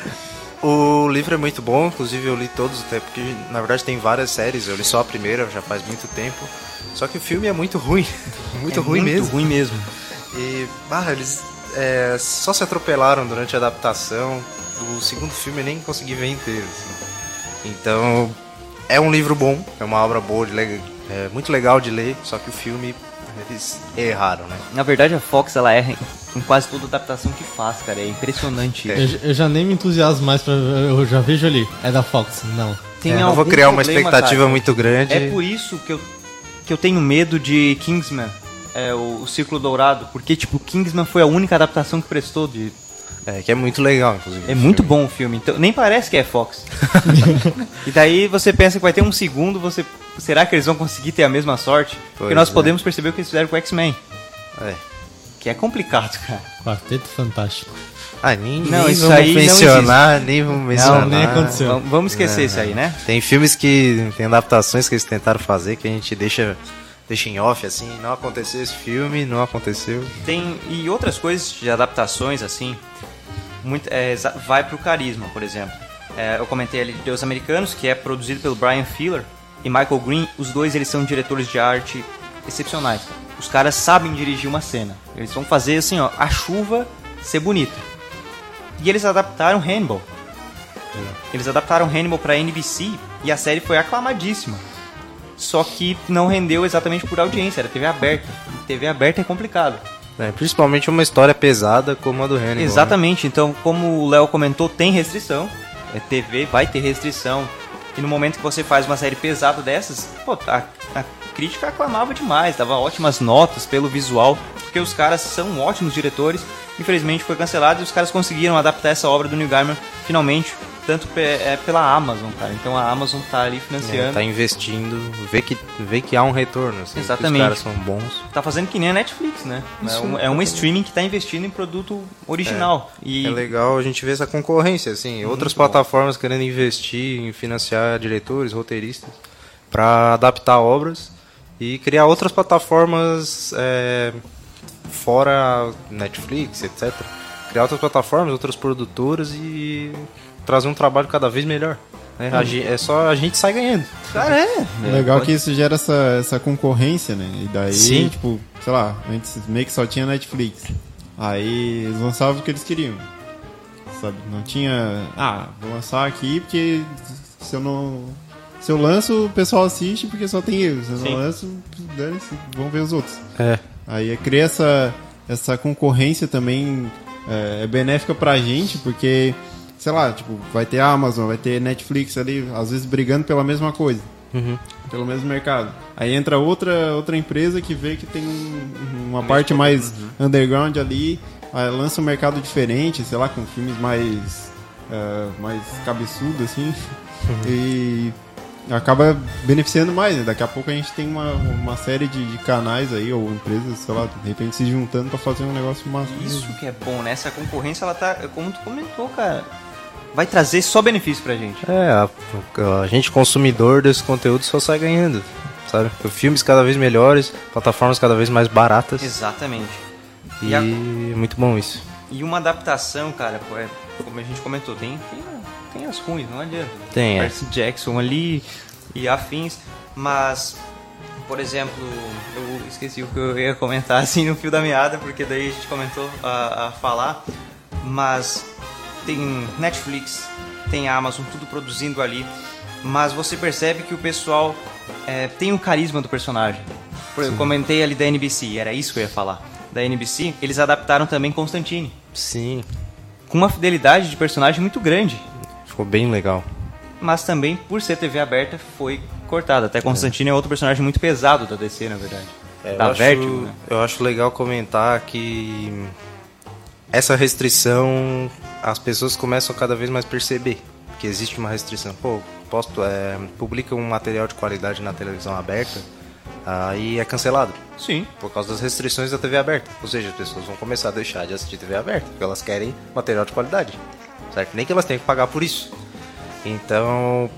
O livro é muito bom, inclusive eu li todos, até porque na verdade tem várias séries, eu li só a primeira, já faz muito tempo. Só que o filme é muito ruim, muito É ruim muito mesmo. ruim mesmo. E, bah, eles é, só se atropelaram durante a adaptação. O segundo filme eu nem consegui ver inteiro. Assim. Então, é um livro bom, é uma obra boa, de le- é muito legal de ler, só que o filme eles erraram, né? Na verdade, a Fox, ela erra em quase toda adaptação que faz, cara. É impressionante. Eu, j- eu já nem me entusiasmo mais pra. Eu já vejo ali. É da Fox, não. Tem É, não vou algum criar uma problema, expectativa cara. muito grande. É por isso que eu, que eu tenho medo de Kingsman, é, o, o Círculo Dourado, porque, tipo, Kingsman foi a única adaptação que prestou de... É, que é muito legal, inclusive. É o muito filme. bom o filme, então nem parece que é Fox. E daí você pensa que vai ter um segundo, você... Será que eles vão conseguir ter a mesma sorte? Porque Pois nós é. podemos perceber o que eles fizeram com o X-Men, É. que é complicado, cara. Quarteto Fantástico. Ah, nem, Não, nem isso vamos aí não mencionar, nem vamos mencionar. nem aconteceu. Vamos- Vamos esquecer isso aí, né? Tem filmes que tem adaptações que eles tentaram fazer que a gente deixa, deixa em off, assim, não aconteceu esse filme, não aconteceu. Tem e outras coisas de adaptações assim, muito, é, exa- vai pro carisma, por exemplo. É, eu comentei ali de Deus Americanos, que é produzido pelo Brian Fuller e Michael Green. Os dois eles são diretores de arte excepcionais. Os caras sabem dirigir uma cena. Eles vão fazer assim, ó, a chuva ser bonita. E eles adaptaram Hannibal. Eles adaptaram Hannibal pra N B C e a série foi aclamadíssima. Só que não rendeu exatamente por audiência, era T V aberta. E T V aberta é complicado. É, principalmente uma história pesada como a do Hannibal. Exatamente, então, como o Léo comentou, tem restrição. É T V, vai ter restrição. E no momento que você faz uma série pesada dessas, pô, a, a crítica aclamava demais, dava ótimas notas pelo visual, porque os caras são ótimos diretores. Infelizmente foi cancelado e os caras conseguiram adaptar essa obra do Neil Gaiman finalmente, tanto pe- é, pela Amazon, cara. Então a Amazon tá ali É, financiando. tá investindo, vê que, vê que há um retorno, assim, Exatamente. que os caras são bons. Tá fazendo que nem a Netflix, né? É, um, é uma streaming que tá investindo em produto original. E É legal a gente ver essa concorrência, assim, outras bom. plataformas querendo investir em financiar diretores, roteiristas, para adaptar obras e criar outras plataformas é, fora Netflix, etcétera. Criar outras plataformas, outras produtoras e trazer um trabalho cada vez melhor. Né? A ge- é só a gente sai ganhando. cara, é. O legal é pode- que isso gera essa, essa concorrência, né? E daí, Sim. tipo, sei lá, antes meio que só tinha Netflix. Aí eles lançavam o que eles queriam. Sabe? Não tinha. Ah, vou lançar aqui porque se eu não. Se eu lanço, o pessoal assiste porque só tem eu. Se eu Sim. não lanço, dane-se, vão ver os outros. É. Aí cria essa, essa concorrência também é, é benéfica pra gente, porque, sei lá, tipo, vai ter Amazon, vai ter Netflix ali, às vezes brigando pela mesma coisa, Uhum. pelo mesmo mercado. Aí entra outra, outra empresa que vê que tem um- uma parte mais underground ali, aí lança um mercado diferente, sei lá, com filmes mais, é, mais cabeçudo, assim, e acaba beneficiando mais, né? Daqui a pouco a gente tem uma, uma série de, de canais aí, ou empresas, sei lá, de repente se juntando pra fazer um negócio massa. Isso que é bom, né? Essa concorrência, ela tá, como tu comentou, cara, vai trazer só benefício pra gente. É, a, a gente consumidor desse conteúdo só sai ganhando, sabe? Filmes cada vez melhores, plataformas cada vez mais baratas. Exatamente. E E a- é muito bom isso. E uma adaptação, cara, pô, é, como a gente comentou, tem, tem, tem as ruins, não adianta. Tem, é. Percy Jackson ali e afins, mas, por exemplo, eu esqueci o que eu ia comentar assim no fio da meada, porque daí a gente comentou a, a falar, mas tem Netflix, tem Amazon, tudo produzindo ali, mas você percebe que o pessoal é, tem o carisma do personagem. Por- Eu comentei ali da N B C, era isso que eu ia falar. Da N B C, eles adaptaram também Constantine, Sim, com uma fidelidade de personagem muito grande, ficou bem legal. mas também, por ser T V aberta, foi cortada. Até Constantine é, outro personagem muito pesado da D C, na verdade. É, da eu, acho, Vertigo, né? eu acho legal comentar que essa restrição as pessoas começam a cada vez mais perceber que existe uma restrição. Pô, posto, é, publica um material de qualidade na televisão aberta, aí é cancelado. Sim. Por causa das restrições da T V aberta. Ou seja, as pessoas vão começar a deixar de assistir T V aberta, porque elas querem material de qualidade. certo? Nem que elas tenham que pagar por isso. Então,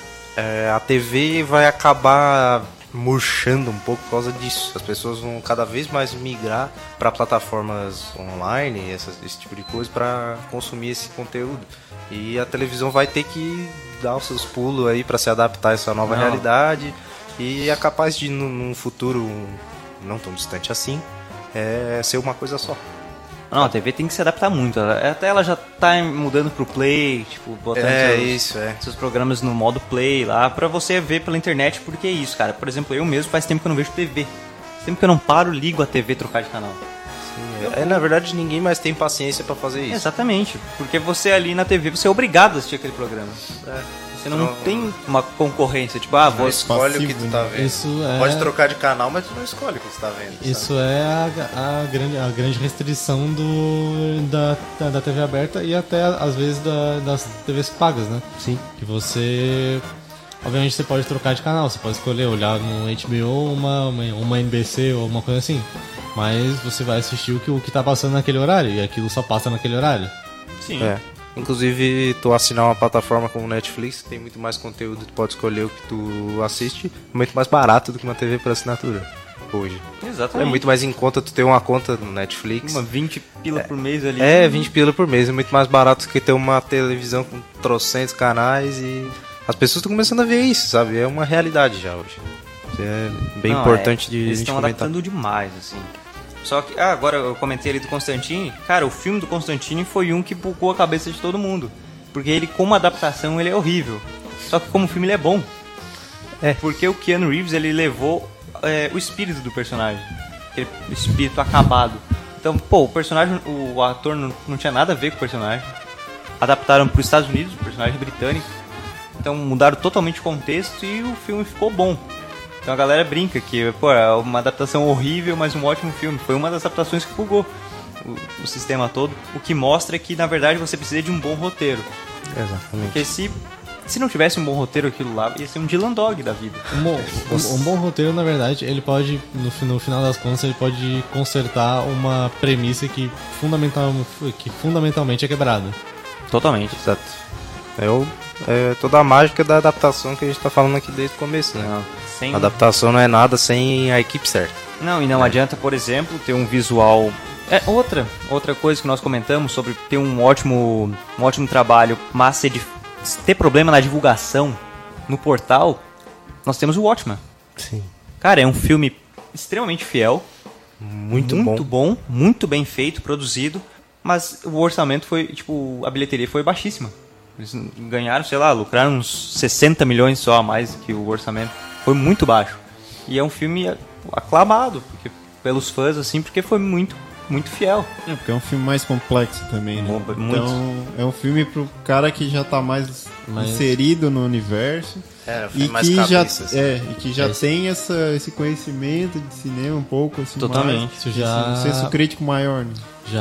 é, a T V vai acabar murchando um pouco por causa disso. As pessoas vão cada vez mais migrar para plataformas online, essa, esse tipo de coisa, para consumir esse conteúdo. E a televisão vai ter que dar os seus pulos aí para se adaptar a essa nova Não. realidade. E é capaz de, num, num futuro não tão distante assim, é, ser uma coisa só. Não, a T V tem que se adaptar muito. Ela- Até ela já tá mudando pro Play, tipo, botando É, seus, isso, é. seus programas no modo Play lá, pra você ver pela internet, porque é isso, cara. Por exemplo, eu mesmo faz tempo que eu não vejo T V. Sempre que eu não paro, ligo a T V e trocar de canal. É, na verdade, ninguém mais tem paciência para fazer isso. Exatamente, porque você ali na T V, você é obrigado a assistir aquele programa. Você não Então- tem uma concorrência, tipo, ah, vou... Você escolhe o que passivo, tu tá né? vendo. Isso é- Pode trocar de canal, mas tu não escolhe o que tu tá vendo. sabe? Isso é a, a, grande, a grande restrição do, da, da, da T V aberta e até, às vezes, da, das T Vs pagas, né? Sim. Que você... Obviamente você pode trocar de canal, você pode escolher olhar no H B O, uma, uma, uma N B C ou uma coisa assim. Mas você vai assistir o que, o que tá passando naquele horário, e aquilo só passa naquele horário. Sim. É. Inclusive, tu assinar uma plataforma como Netflix, tem muito mais conteúdo, tu pode escolher o que tu assiste, muito mais barato do que uma T V por assinatura hoje. Exatamente. É muito mais em conta tu ter uma conta no Netflix. Uma vinte pila por mês ali. É, vinte pila por mês, é muito mais barato do que ter uma televisão com trocentos canais e as pessoas estão começando a ver isso, sabe? É uma realidade já hoje. Isso é bem Não, importante é, de Eles a gente estão comentar. adaptando demais, assim. Só que, ah, agora eu comentei ali do Constantine. Cara, o filme do Constantine foi um que bugou a cabeça de todo mundo. Porque ele, como adaptação, ele é horrível. Só que como filme, ele é bom. É. Porque o Keanu Reeves, ele levou é, o espírito do personagem. Aquele espírito acabado. Então, pô, o personagem, o ator não, não tinha nada a ver com o personagem. Adaptaram para os Estados Unidos, o personagem britânico. Então mudaram totalmente o contexto e o filme ficou bom. Então a galera brinca que, pô, é uma adaptação horrível, mas um ótimo filme. Foi uma das adaptações que bugou o, o sistema todo. O que mostra que, na verdade, você precisa de um bom roteiro. Exatamente. Porque se, se não tivesse um bom roteiro aquilo lá, ia ser um Dylan Dog da vida. Um bom, um, um bom roteiro, na verdade, ele pode, no, fi- no final das contas, ele pode consertar uma premissa que, fundamental, que fundamentalmente é quebrada. Totalmente. Exato. É, o, é toda a mágica da adaptação que a gente tá falando aqui desde o começo, né? Não, sem... A adaptação não é nada sem a equipe certa. Não, e não adianta, por exemplo, ter um visual... É outra, outra coisa que nós comentamos sobre ter um ótimo, um ótimo trabalho, mas ser dif- ter problema na divulgação no portal, nós temos o Watchmen. Sim. Cara, é um filme extremamente fiel, Muito, muito bom. bom, muito bem feito, produzido, mas o orçamento foi, tipo, a bilheteria foi baixíssima. Eles ganharam, sei lá, lucraram uns sessenta milhões só a mais que o orçamento. Foi muito baixo. E é um filme aclamado porque, pelos fãs, assim, porque foi muito, muito fiel. É, porque é um filme mais complexo também, né? Muito. Então, é um filme pro cara que já tá mais Mas- inserido no universo. É, E mais que, já, cabeça, assim. é, e que já É isso. tem essa, esse conhecimento de cinema um pouco, assim, Totalmente. mais, Isso já- um senso crítico maior, né?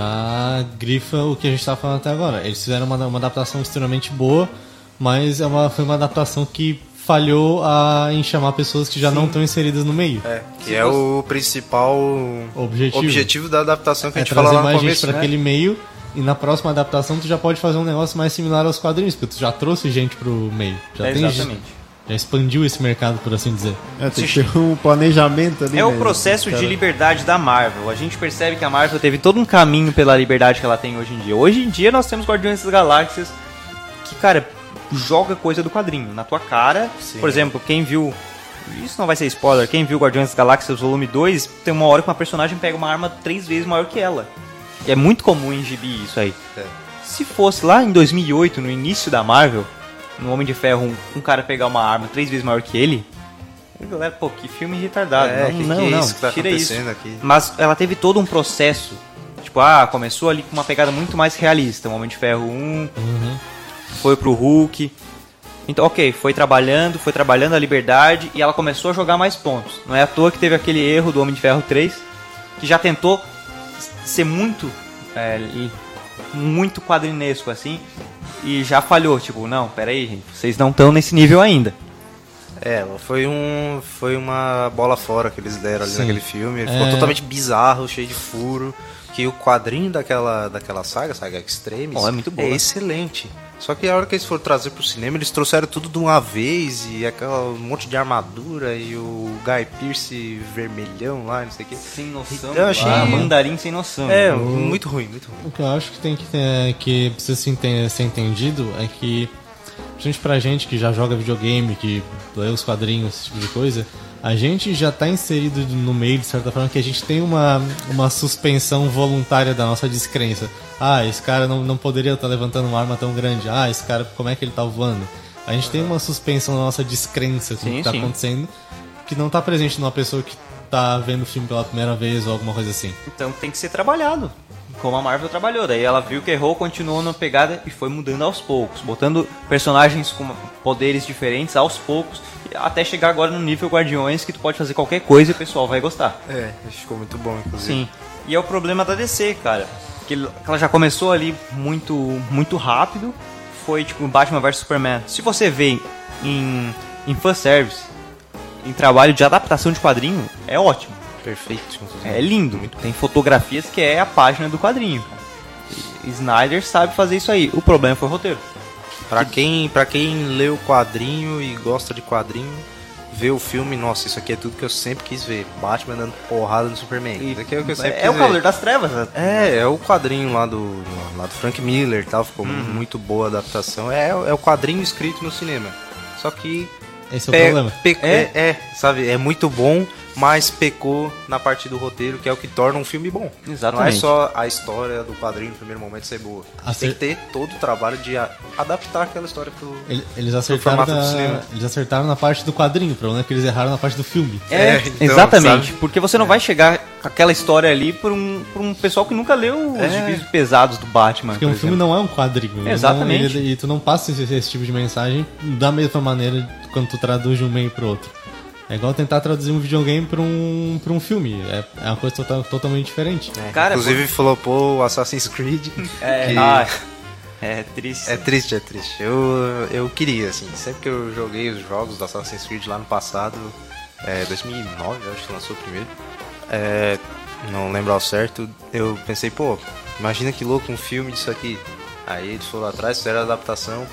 Já grifa o que a gente tá falando até agora. Eles fizeram uma, uma adaptação extremamente boa, mas é uma, foi uma adaptação que falhou a, em chamar pessoas que já não estão inseridas no meio. É, que é o principal Objetivo. objetivo da adaptação que a É gente trazer falou lá mais no gente começo, pra né? aquele meio, e na próxima adaptação tu já pode fazer um negócio mais similar aos quadrinhos, porque tu já trouxe gente pro meio. Já É, tem exatamente. Já expandiu esse mercado, por assim dizer. É, tem que ter um planejamento ali. É o né, processo cara? de liberdade da Marvel. A gente percebe que a Marvel teve todo um caminho pela liberdade que ela tem hoje em dia. Hoje em dia nós temos Guardiões das Galáxias que, cara, joga coisa do quadrinho na tua cara. Sim. Por exemplo, quem viu... Isso não vai ser spoiler. Quem viu Guardiões das Galáxias volume dois, tem uma hora que uma personagem pega uma arma três vezes maior que ela. E é muito comum em gibi isso aí. É. Se fosse lá em dois mil e oito, no início da Marvel, no Homem de Ferro, um, um cara pegar uma arma três vezes maior que ele, a galera, pô, que filme retardado. É, não, que, não, que é não, isso que tá tira isso. acontecendo aqui? Mas ela teve todo um processo. Tipo, ah, começou ali com uma pegada muito mais realista. O Homem de Ferro um, foi pro Hulk. Então, ok, foi trabalhando, foi trabalhando a liberdade e ela começou a jogar mais pontos. Não é à toa que teve aquele erro do Homem de Ferro três, que já tentou ser muito, é, e- muito quadrinesco, assim, e já falhou. Tipo, não, peraí, gente, vocês não estão nesse nível ainda. É, foi, um, foi uma bola fora que eles deram ali Sim. naquele filme. É. Ficou totalmente bizarro, cheio de furo. que o quadrinho daquela, daquela saga, saga Extremis, Oh, é muito boa. é excelente. Só que a hora que eles foram trazer pro cinema, eles trouxeram tudo de uma vez, e aquela um monte de armadura, e o Guy Pearce vermelhão lá, não sei o que. Sem noção. Eu achei- Ah, mandarim sem noção. É, né? muito ruim, muito ruim. O que eu acho que tem que, ter, que precisa se enten- ser entendido é que, principalmente pra gente que já joga videogame, que lê os quadrinhos, esse tipo de coisa, a gente já tá inserido no meio, de certa forma, que a gente tem uma, uma suspensão voluntária da nossa descrença. Ah, esse cara não, não poderia estar levantando uma arma tão grande. Ah, esse cara, como é que ele tá voando? A gente tem uma suspensão da nossa descrença com o Sim, que tá sim. acontecendo, que não tá presente numa pessoa que tá vendo o filme pela primeira vez ou alguma coisa assim. Então tem que ser trabalhado. Como a Marvel trabalhou. Daí ela viu que errou, continuou na pegada e foi mudando aos poucos. Botando personagens com poderes diferentes aos poucos. Até chegar agora no nível Guardiões, que tu pode fazer qualquer coisa e o pessoal vai gostar. É, ficou muito bom, inclusive. Sim. E é o problema da D C, cara. Que ele- que ela já começou ali muito, muito rápido. Foi tipo Batman versus Superman. Se você vê em, em fanservice, em trabalho de adaptação de quadrinho, é ótimo. Perfeito, inclusive. É lindo. Tem fotografias que é a página do quadrinho. E Snyder sabe fazer isso aí. O problema foi o roteiro. Pra quem, pra quem lê o quadrinho e gosta de quadrinho, vê o filme, nossa, isso aqui é tudo que eu sempre quis ver. Batman dando porrada no Superman. Isso aqui é o que eu sempre É quis o ver. Cavaleiro das Trevas. né? É, é o quadrinho lá do, lá do Frank Miller e tal, ficou muito boa a adaptação. É, é o quadrinho escrito no cinema. Só que Esse é o pe- problema. pe- é, é, sabe, é muito bom, mas pecou na parte do roteiro, que é o que torna um filme bom. Exatamente. Não é só a história do quadrinho no primeiro momento ser boa. Acer- Tem que ter todo o trabalho de a- adaptar aquela história pro... Ele- Eles acertaram, formato do na, cinema. eles acertaram na parte do quadrinho, o problema é que eles erraram na parte do filme. É, É, então, exatamente. sabe? Porque você não vai chegar com aquela história ali por um, por um pessoal que nunca leu os É. gibis pesados do Batman. Porque por um filme exemplo. não é um quadrinho. ele Exatamente. Não, ele- e tu não passa esse, esse tipo de mensagem da mesma maneira quando tu traduz de um meio pro outro. É igual tentar traduzir um videogame pra um, pra um filme. É, é uma coisa tota- totalmente diferente. É, Cara, inclusive flopou o Assassin's Creed. É, que- ah, é triste. É triste, é triste. Eu, eu queria, assim, sempre que eu joguei os jogos do Assassin's Creed lá no passado, é, dois mil e nove, eu acho que lançou o primeiro, é, não lembro ao certo, eu pensei, pô, imagina que louco um filme disso aqui. Aí eles foram atrás, fizeram a adaptação,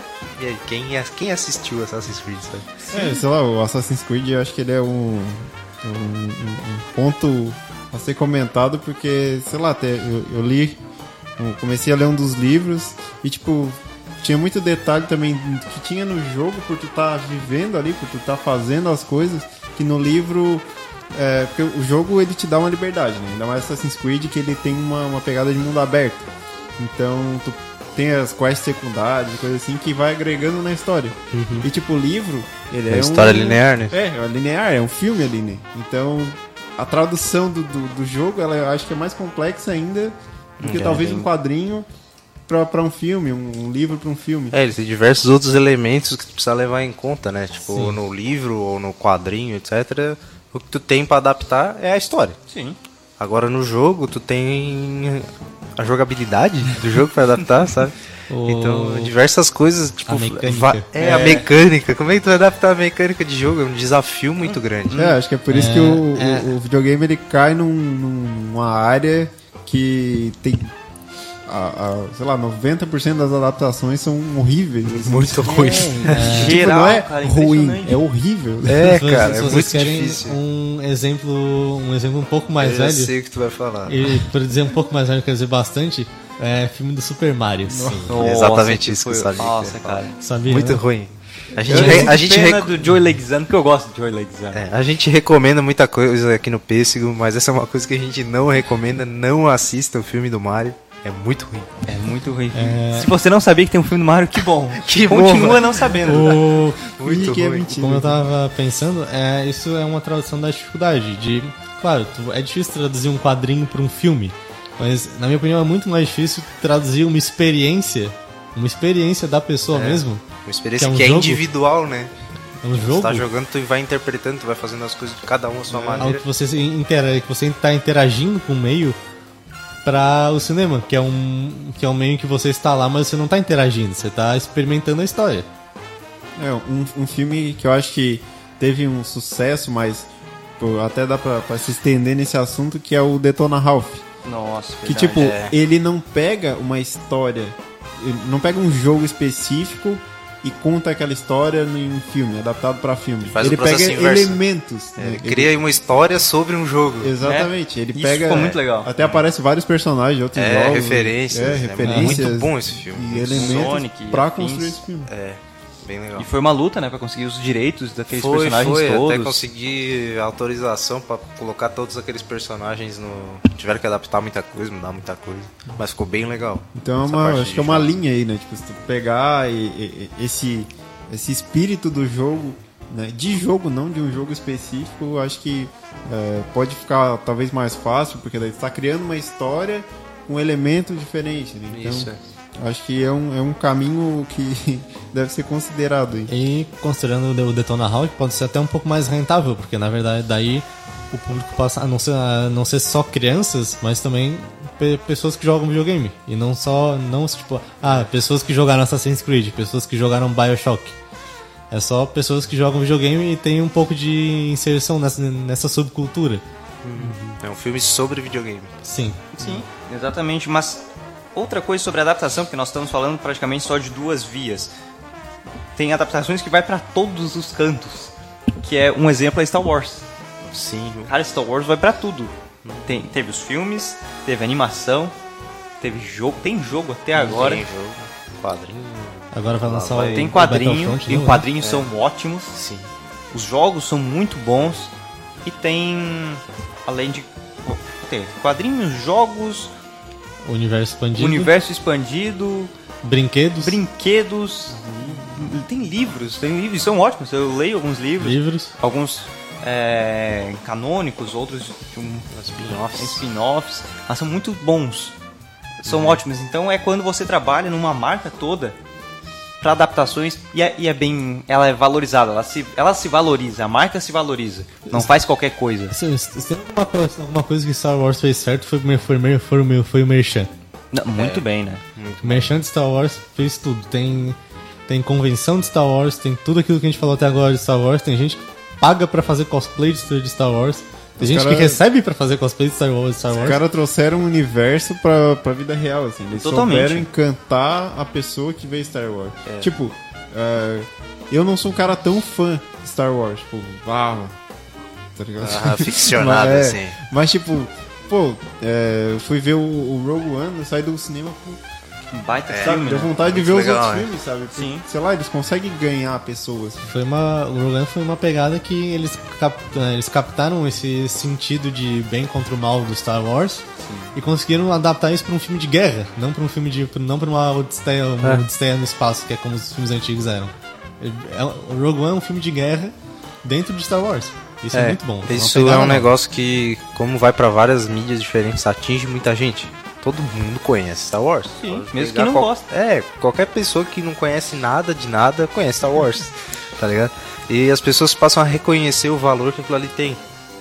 e aí, quem, quem assistiu Assassin's Creed, sabe? É, sei lá, o Assassin's Creed eu acho que ele é um, um, um- um ponto a ser comentado porque, sei lá, até eu, eu li, eu comecei a ler um dos livros e, tipo, tinha muito detalhe também que tinha no jogo por tu tá vivendo ali, por tu tá fazendo as coisas, que no livro... É, porque o jogo ele te dá uma liberdade, né? Ainda mais Assassin's Creed que ele tem uma, uma pegada de mundo aberto. Então tu tem as quests secundárias, coisas assim, que vai agregando na história. E tipo, o livro, ele é, É história um... linear, né? É, é linear, é um filme ali, né? Então, a tradução do, do, do jogo, ela eu acho que é mais complexa ainda do que É, talvez bem- um quadrinho pra, pra um filme, um, um livro pra um filme. É, ele tem diversos outros elementos que tu precisa levar em conta, né? Tipo, Sim. no livro ou no quadrinho, etcétera. O que tu tem pra adaptar é a história. Sim. Agora no jogo, tu tem a jogabilidade do jogo pra adaptar, sabe? O- Então, diversas coisas, tipo... A mecânica. va- É, a mecânica. Como é que tu vai adaptar a mecânica de jogo? É um desafio muito grande. É, acho que é por isso É, que o, é. o, o videogame ele cai num, numa área que tem, a, a, sei lá, noventa por cento das adaptações são horríveis. assim. Muito ruim. Tipo, Geral, não é cara, ruim, impressionante. é horrível. É, Se vocês- cara, se é vocês muito querem difícil. um exemplo, um exemplo um pouco mais Eu já velho, sei o que tu vai falar. e por dizer um pouco mais velho, quer dizer bastante, é filme do Super Mario. Nossa, Exatamente que isso que eu foi- sabia que Nossa, ia falar. cara. Sabia, Muito né? ruim. A Eu gente, tenho re- a gente, pena reco- do Joey Leguizamo, porque eu gosto do Joey Leguizamo. é, a gente recomenda muita coisa aqui no Pêssego, mas essa é uma coisa que a gente não recomenda. Não assista o filme do Mario. É muito ruim. É muito ruim. Se você não sabia que tem um filme do Mario, que bom. Que Continua bom, não sabendo. O, Muito que é ruim. mentira. como eu tava pensando, é, isso é uma tradução da dificuldade. De, claro, tu- é difícil traduzir um quadrinho para um filme, mas na minha opinião é muito mais difícil traduzir uma experiência, uma experiência da pessoa É. mesmo. Uma experiência Que é um que é jogo? individual, né? É um Você jogo, tá jogando, tu vai interpretando, tu vai fazendo as coisas de cada um à sua algo maneira. que você se intera, que você tá interagindo com o meio para o cinema, que é um que é um meio que você está lá, mas você não tá interagindo, você tá experimentando a história. É, um, um filme que eu acho que teve um sucesso, mas pô, até dá pra, pra se estender nesse assunto, que é o Detona Ralph. Nossa, Que verdade. tipo, é. ele não pega uma história, ele não pega um jogo específico e conta aquela história em filme, adaptado pra filme. Faz ele o processo pega inverso. elementos. É, né? ele cria uma história sobre um jogo. Exatamente, ele Isso pega. ficou muito legal. Até aparece vários personagens de outros É, jogos. referências. É, é referências. muito bom esse filme. E elementos Sonic, pra afins. construir esse filme. É, bem legal. E foi uma luta, né, pra conseguir os direitos daqueles Foi, personagens foi, todos. até conseguir autorização pra colocar todos aqueles personagens no... Tiveram que adaptar muita coisa, mudar muita coisa. Mas ficou bem legal. Então é Essa uma, parte acho de que é uma jogo. linha aí, né? Tipo, se tu pegar e, e- e- esse, esse espírito do jogo, né? De jogo, não de um jogo específico, acho que é, pode ficar talvez mais fácil, porque daí tu tá criando uma história com elementos diferentes, né? Então, Isso, é. acho que é um, é um caminho que deve ser considerado aí. E considerando o Detona Ralph, pode ser até um pouco mais rentável, porque na verdade daí o público passa a não ser, a não ser só crianças, mas também pe- pessoas que jogam videogame. E não só, não tipo, ah, pessoas que jogaram Assassin's Creed, pessoas que jogaram Bioshock. É só pessoas que jogam videogame e tem um pouco de inserção nessa, nessa subcultura. É um filme sobre videogame. Sim. Sim, exatamente. Mas outra coisa sobre a adaptação, porque nós estamos falando praticamente só de duas vias. Tem adaptações que vai pra todos os cantos. Que é um exemplo é Star Wars. Sim. Cara, Star Wars vai pra tudo. Tem, teve os filmes, teve animação, teve jogo, tem jogo até agora. Tem jogo, quadrinho. Agora vai lançar o Tem o quadrinho, Battlefront, e não, os né? quadrinhos são ótimos. Sim. Os jogos são muito bons. E tem, além de tem quadrinhos, jogos, Universo expandido. universo expandido, Brinquedos. brinquedos, tem livros, tem livros, são ótimos. Eu leio alguns livros, Livros. alguns é, canônicos, outros de um, Spin-offs. spin-offs, mas são muito bons, são ótimos. Então é quando você trabalha numa marca toda para adaptações e é, e é bem, ela é valorizada, ela se, ela se valoriza, a marca se valoriza, não faz qualquer coisa. Se, se tem alguma coisa, alguma coisa que Star Wars fez certo foi, foi, foi, foi, foi o Merchan. Não, muito bem, né? O Merchan de Star Wars fez tudo. Tem, tem convenção de Star Wars, tem tudo aquilo que a gente falou até agora de Star Wars. Tem gente que paga pra fazer cosplay de de Star Wars. Tem Os gente cara- que recebe pra fazer cosplay de Star Wars. Star Os Wars. caras trouxeram um universo pra, pra vida real, assim. Eles Totalmente. souberam encantar a pessoa que vê Star Wars. Tipo, é, eu não sou um cara tão fã de Star Wars. Tipo, ah, tá ligado? Ah, ficcionado, Mas, é, assim. Mas, tipo, pô, é, eu fui ver o, o Rogue One, eu saí do cinema com Um baita sabe, filme, deu né? vontade de Muito ver os legal, outros né? filmes, sabe? Porque, Sim. sei lá, eles conseguem ganhar pessoas. Foi uma, o Rogue One foi uma pegada que eles, cap, eh, eles captaram esse sentido de bem contra o mal do Star Wars e conseguiram adaptar isso pra um filme de guerra, não pra um filme de, não pra uma odisseia, uma É. odisseia no espaço, que é como os filmes antigos eram. É- O Rogue One é um filme de guerra dentro de Star Wars. Isso é, muito bom. Foi uma Isso é pegada um nova. negócio que, como vai pra várias mídias diferentes, atinge muita gente. Todo mundo conhece Star Wars. Sim, Pode mesmo pegar que não qual- gosta. É, qualquer pessoa que não conhece nada de nada conhece Star Wars, tá ligado? E as pessoas passam a reconhecer o valor que aquilo ali tem.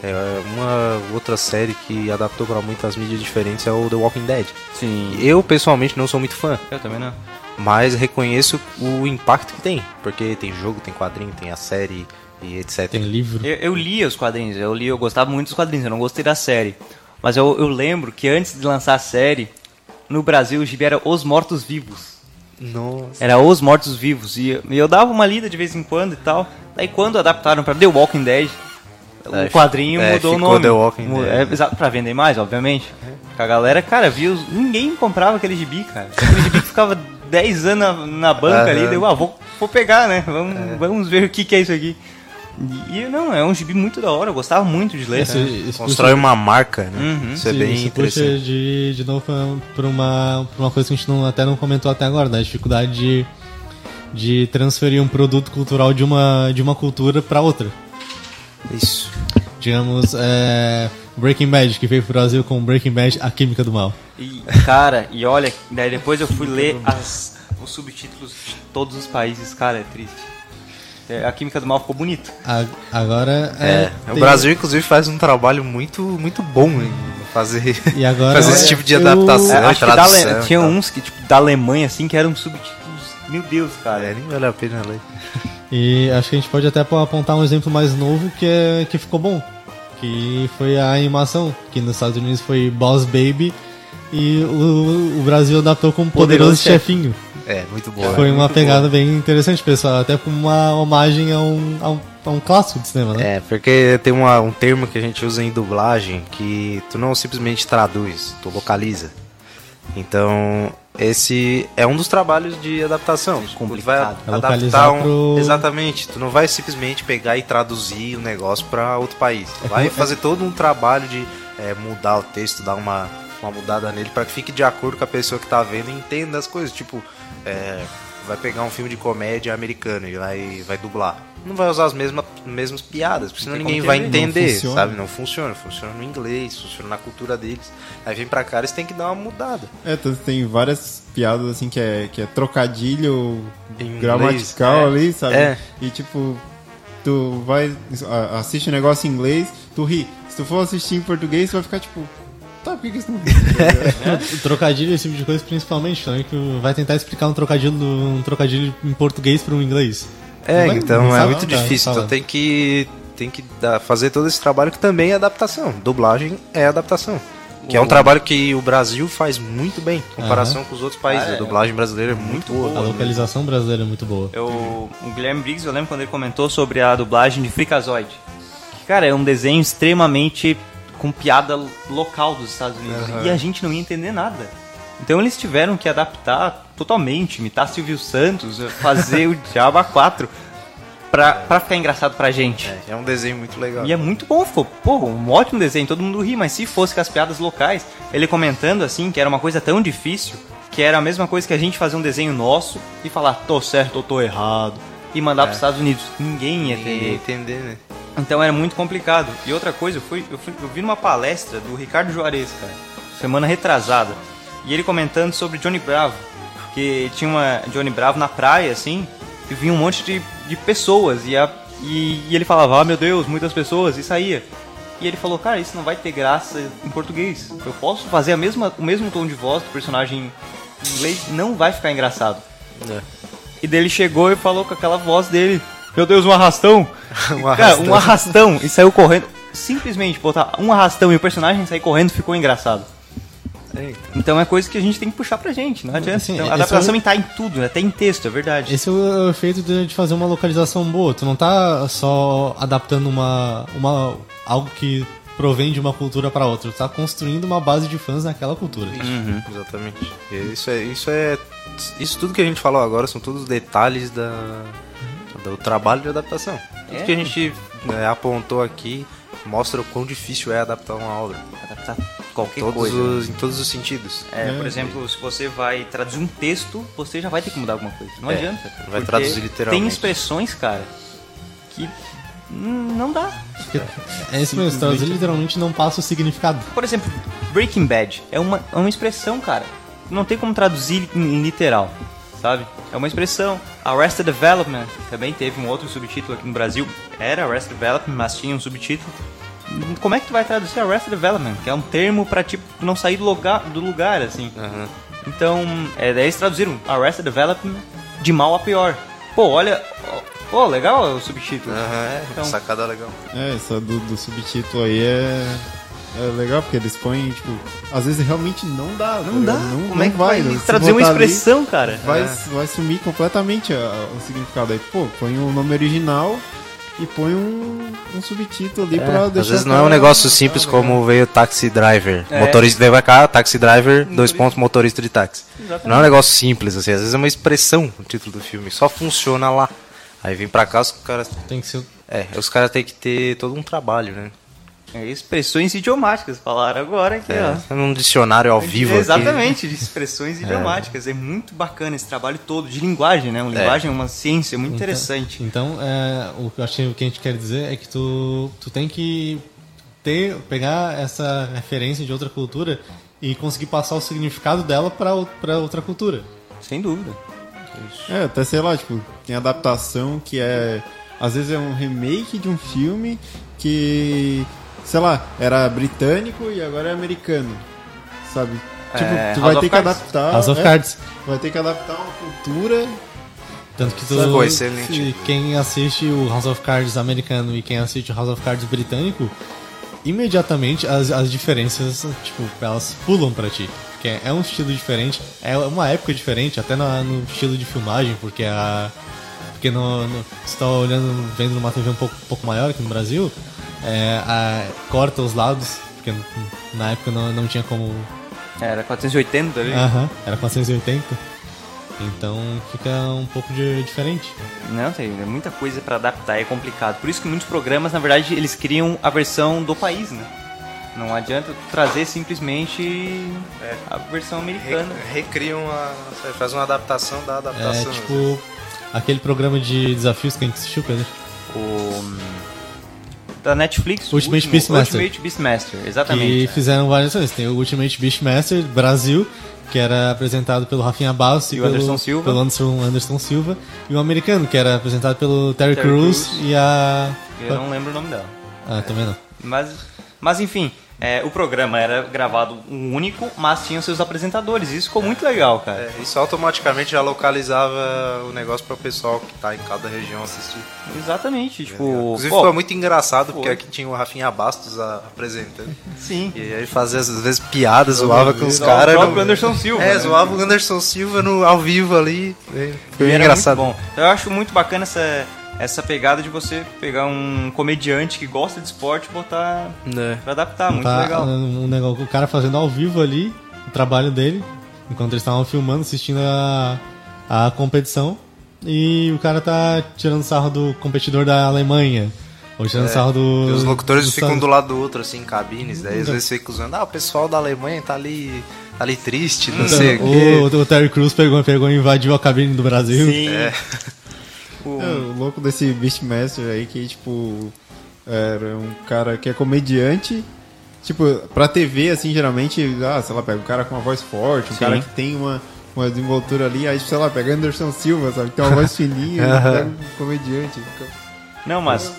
É uma outra série que adaptou para muitas mídias diferentes é o The Walking Dead. Sim. Eu pessoalmente não sou muito fã, Eu também não. mas reconheço o impacto que tem, porque tem jogo, tem quadrinho, tem a série e etcétera. Tem livro. Eu, eu li os quadrinhos, eu li, eu gostava muito dos quadrinhos, eu não gostei da série. Mas eu, eu lembro que antes de lançar a série, no Brasil o gibi era Os Mortos-Vivos. Nossa. Era Os Mortos-Vivos. E, e eu dava uma lida de vez em quando e tal. Daí quando adaptaram pra The Walking Dead, É, o quadrinho é, mudou o ficou nome. The Walking Mu- Dead. É, exato, pra vender mais, obviamente. A galera, cara, viu. Ninguém comprava aquele gibi, cara. Aquele gibi que ficava dez anos na, na banca ali. Aham. Deu, ah, vou, vou pegar, né? Vamos, vamos ver o que, que é isso aqui. E não, é um gibi muito da hora. Eu gostava muito de ler. Esse- esse Constrói puxa- uma marca, né? Uhum. Isso é Sim, bem isso puxa interessante. de, de novo pra, pra uma, pra uma coisa que a gente não, até não comentou até agora, da dificuldade de, de transferir um produto cultural de uma, de uma cultura pra outra. Isso. Digamos, é, Breaking Bad, que veio pro Brasil com Breaking Bad, A Química do Mal. E, cara, e olha, daí depois eu fui ler as, os subtítulos de todos os países. Cara, é triste. É, A Química do Mal ficou bonito. A- agora É, é, o tem- Brasil, inclusive, faz um trabalho muito, muito bom em fazer, E agora fazer esse é, tipo de eu- adaptação, É, acho que da tradução. Ale- e tinha tal. uns que, tipo, da Alemanha, assim, que eram subtítulos. Meu Deus, cara. É, nem vale a pena ler. E acho que a gente pode até apontar um exemplo mais novo que, é, que ficou bom. que foi a animação, que nos Estados Unidos foi Boss Baby e o, o Brasil adaptou como Poderoso, Poderoso Chefinho. É, muito boa. Foi é uma muito pegada boa. bem interessante, pessoal, até como uma homagem a um, a um, a um clássico de cinema, né? É, porque tem uma, um termo que a gente usa em dublagem que tu não simplesmente traduz, tu localiza. Então, esse é um dos trabalhos de adaptação. Tu vai É adaptar localizar um... pro- Exatamente, tu não vai simplesmente pegar e traduzir o negócio para outro país. Tu É vai como- fazer todo um trabalho de é, mudar o texto, dar uma, uma mudada nele para que fique de acordo com a pessoa que tá vendo e entenda as coisas. Tipo, é, vai pegar um filme de comédia americano e vai, vai dublar. Não vai usar as mesmas, mesmas piadas, porque senão tem ninguém como vai entender. entender, Não funciona. sabe? Não funciona. Funciona no inglês, funciona na cultura deles. Aí vem pra cá, eles têm que dar uma mudada. É, tanto que tem várias piadas assim que é, que é trocadilho Em inglês, gramatical é. ali, sabe? É. E tipo, tu vai, a- assiste um negócio em inglês, tu ri. Se tu for assistir em português, tu vai ficar tipo, tá, por que que isso não O trocadilho, esse tipo de coisa, principalmente, também, que vai tentar explicar um trocadilho, um trocadilho em português para um inglês. É, Não vai- então não é sabe muito não, cara, difícil. fala. Então tem que, tem que dar- fazer todo esse trabalho que também é adaptação. Dublagem é adaptação. Que é um trabalho que o Brasil faz muito bem, em comparação com os outros países. Ah, é. A dublagem brasileira é muito boa. A localização brasileira é muito boa. Eu, o Guilherme Briggs, eu lembro quando ele comentou sobre a dublagem de Freakazoid. Que, cara, é um desenho extremamente com piada local dos Estados Unidos. Uhum. E a gente não ia entender nada. Então eles tiveram que adaptar totalmente, imitar Silvio Santos, fazer o Diabo quatro pra, pra ficar engraçado pra gente. É, é um desenho muito legal. E é muito bom, ficou, pô, um ótimo desenho, todo mundo ri, mas se fosse com as piadas locais, ele comentando assim, que era uma coisa tão difícil, que era a mesma coisa que a gente fazer um desenho nosso e falar, tô certo ou tô errado, e mandar pros Estados Unidos. Ninguém ia Ninguém ia entender. entender, né? Então era muito complicado. E outra coisa, eu, fui, eu, fui, eu vi numa palestra do Ricardo Juarez, cara, semana retrasada, e ele comentando sobre Johnny Bravo, que tinha uma Johnny Bravo na praia, assim, e vinha um monte de, de pessoas, e, a, e, e ele falava, ah, meu Deus, muitas pessoas, e saía. E ele falou, cara, isso não vai ter graça em português. Eu posso fazer a mesma, o mesmo tom de voz do personagem em inglês, não vai ficar engraçado. É. E daí ele chegou e falou com aquela voz dele, meu Deus, um arrastão. Um Cara, arrastão. um arrastão, e saiu correndo. Simplesmente botar um arrastão e o personagem sair correndo ficou engraçado. É, Então é coisa que a gente tem que puxar pra gente, não adianta. Assim, Então, a esse adaptação é o- tá em tudo, né? Até em texto, é verdade. Esse é o efeito de de fazer uma localização boa. Tu não tá só adaptando uma, uma algo que provém de uma cultura para outra. Tu tá construindo uma base de fãs naquela cultura. Uhum. Exatamente. E Isso é, isso é. Isso tudo que a gente falou agora são todos detalhes da, do trabalho de adaptação. Tudo É. que a gente né, apontou aqui mostra o quão difícil é adaptar uma obra. Adaptar qualquer Todos coisa. os, em todos os sentidos. É, por exemplo, se você vai traduzir um texto, você já vai ter que mudar alguma coisa. Não É, adianta. vai porque traduzir literalmente. Tem expressões, cara, que hum, não dá. É isso mesmo, traduzir literalmente não passa o significado. Por exemplo, Breaking Bad é uma, é uma expressão, cara. Não tem como traduzir em, em literal, sabe? É uma expressão. Arrested Development também teve um outro subtítulo aqui no Brasil. Era Arrested Development, mas tinha um subtítulo. Como é que tu vai traduzir Arrested Development? Que é um termo pra, tipo, tu não sair do lugar, do lugar assim. Aham. Então, é, daí eles traduziram Arrested Development de mal a pior. Pô, olha... Pô, legal o subtítulo. Aham, é, Então- sacada legal. É, essa do, do subtítulo aí é, é legal, porque eles põem, tipo, às vezes realmente não dá. Não tá dá. ligado? Não, Como não é que vai, vai né? Se traduzir uma botar ali, expressão, cara? Vai, É. vai sumir completamente a- o significado. Aí, pô, põe o nome original e põe um, um subtítulo ali pra deixar. Às vezes o não é um cara- negócio simples Ah, como veio Taxi Driver. É. Motorista, daí vai cá, Taxi Driver, dois pontos, motorista de táxi. Não é um negócio simples, assim, às vezes é uma expressão o título do filme, só funciona lá. Aí vem pra cá, os caras. Tem que ser. É, os caras têm que ter todo um trabalho, né? É, expressões idiomáticas, falaram agora aqui, ó. É, num dicionário ao vivo aqui. Exatamente, de expressões idiomáticas. É muito bacana esse trabalho todo, de linguagem, né? Uma linguagem é uma ciência muito interessante. Então, é, o que eu acho que o que a gente quer dizer é que tu, tu tem que ter, pegar essa referência de outra cultura e conseguir passar o significado dela para outra cultura. Sem dúvida. É, até sei lá, tipo, tem adaptação que é. Às vezes é um remake de um filme que, sei lá, era britânico e agora é americano. Sabe? Tipo, É, tu House vai ter of que Cards. adaptar. House of é, Cards. Vai ter que adaptar uma cultura. Tanto que tu, Pô, excelente. se quem assiste o House of Cards americano e quem assiste o House of Cards britânico, imediatamente as, as diferenças, tipo, elas pulam pra ti. Porque é um estilo diferente, é uma época diferente, até no, no estilo de filmagem, porque a... Porque no, no, você tá olhando, vendo numa T V um pouco, um pouco maior aqui no Brasil, é, a, corta os lados, porque na época não, não tinha como... Era quatrocentos e oitenta ali. Aham, era quatrocentos e oitenta. Então fica um pouco de, diferente. Não, tem muita coisa pra adaptar, é complicado. Por isso que muitos programas, na verdade, eles criam a versão do país, né? Não adianta trazer simplesmente é. a versão americana. Re, recriam a... faz uma adaptação da adaptação. É tipo aquele programa de desafios que a gente assistiu, Pedro. O... Da Netflix, Ultimate o último, Beastmaster. Ultimate Beastmaster, exatamente. Que fizeram várias vezes. Tem o Ultimate Beastmaster Brasil, que era apresentado pelo Rafinha Bastos e, e o pelo, Anderson Silva. pelo Anderson, Anderson Silva. E o americano, que era apresentado pelo Terry, Terry Crews, Crews. e a... Eu não lembro o nome dela. Ah, também não. Mas, mas enfim, é, o programa era gravado um único, mas tinha seus apresentadores. Isso ficou muito legal, cara. É, isso automaticamente já localizava o negócio para o pessoal que tá em cada região assistir. Exatamente, tipo... Inclusive pô, foi muito engraçado, porque foi. aqui tinha o Rafinha Bastos a- apresentando. Sim. E aí fazia às vezes piadas, zoava com os O caras. próprio no- Anderson Silva. É, né? zoava o Anderson Silva no, ao vivo ali. É, Foi E era engraçado. muito bom. Eu acho muito bacana essa, essa pegada de você pegar um comediante que gosta de esporte e botar É. pra adaptar. Muito Tá, legal. Um negócio, o cara fazendo ao vivo ali o trabalho dele, enquanto eles estavam filmando, assistindo a, a competição. E o cara tá tirando sarro do competidor da Alemanha. Ou tirando sarro do. E os locutores do ficam Estados- do lado do outro, assim, em cabines. Daí às vezes ficam usando, ah, o pessoal da Alemanha tá ali, tá ali triste, não sei o quê. o, o Terry Crews pegou, pegou e invadiu a cabine do Brasil. Sim. É. O- É, o louco desse Beastmaster aí que, tipo, era um cara que é comediante. Tipo, pra T V, assim, geralmente, ah, sei lá, pega um cara com uma voz forte, um Sim. cara que tem uma, uma desenvoltura ali, aí, sei lá, pega Anderson Silva, sabe, que tem uma voz fininha, e pega um comediante. Fica... Não, mas...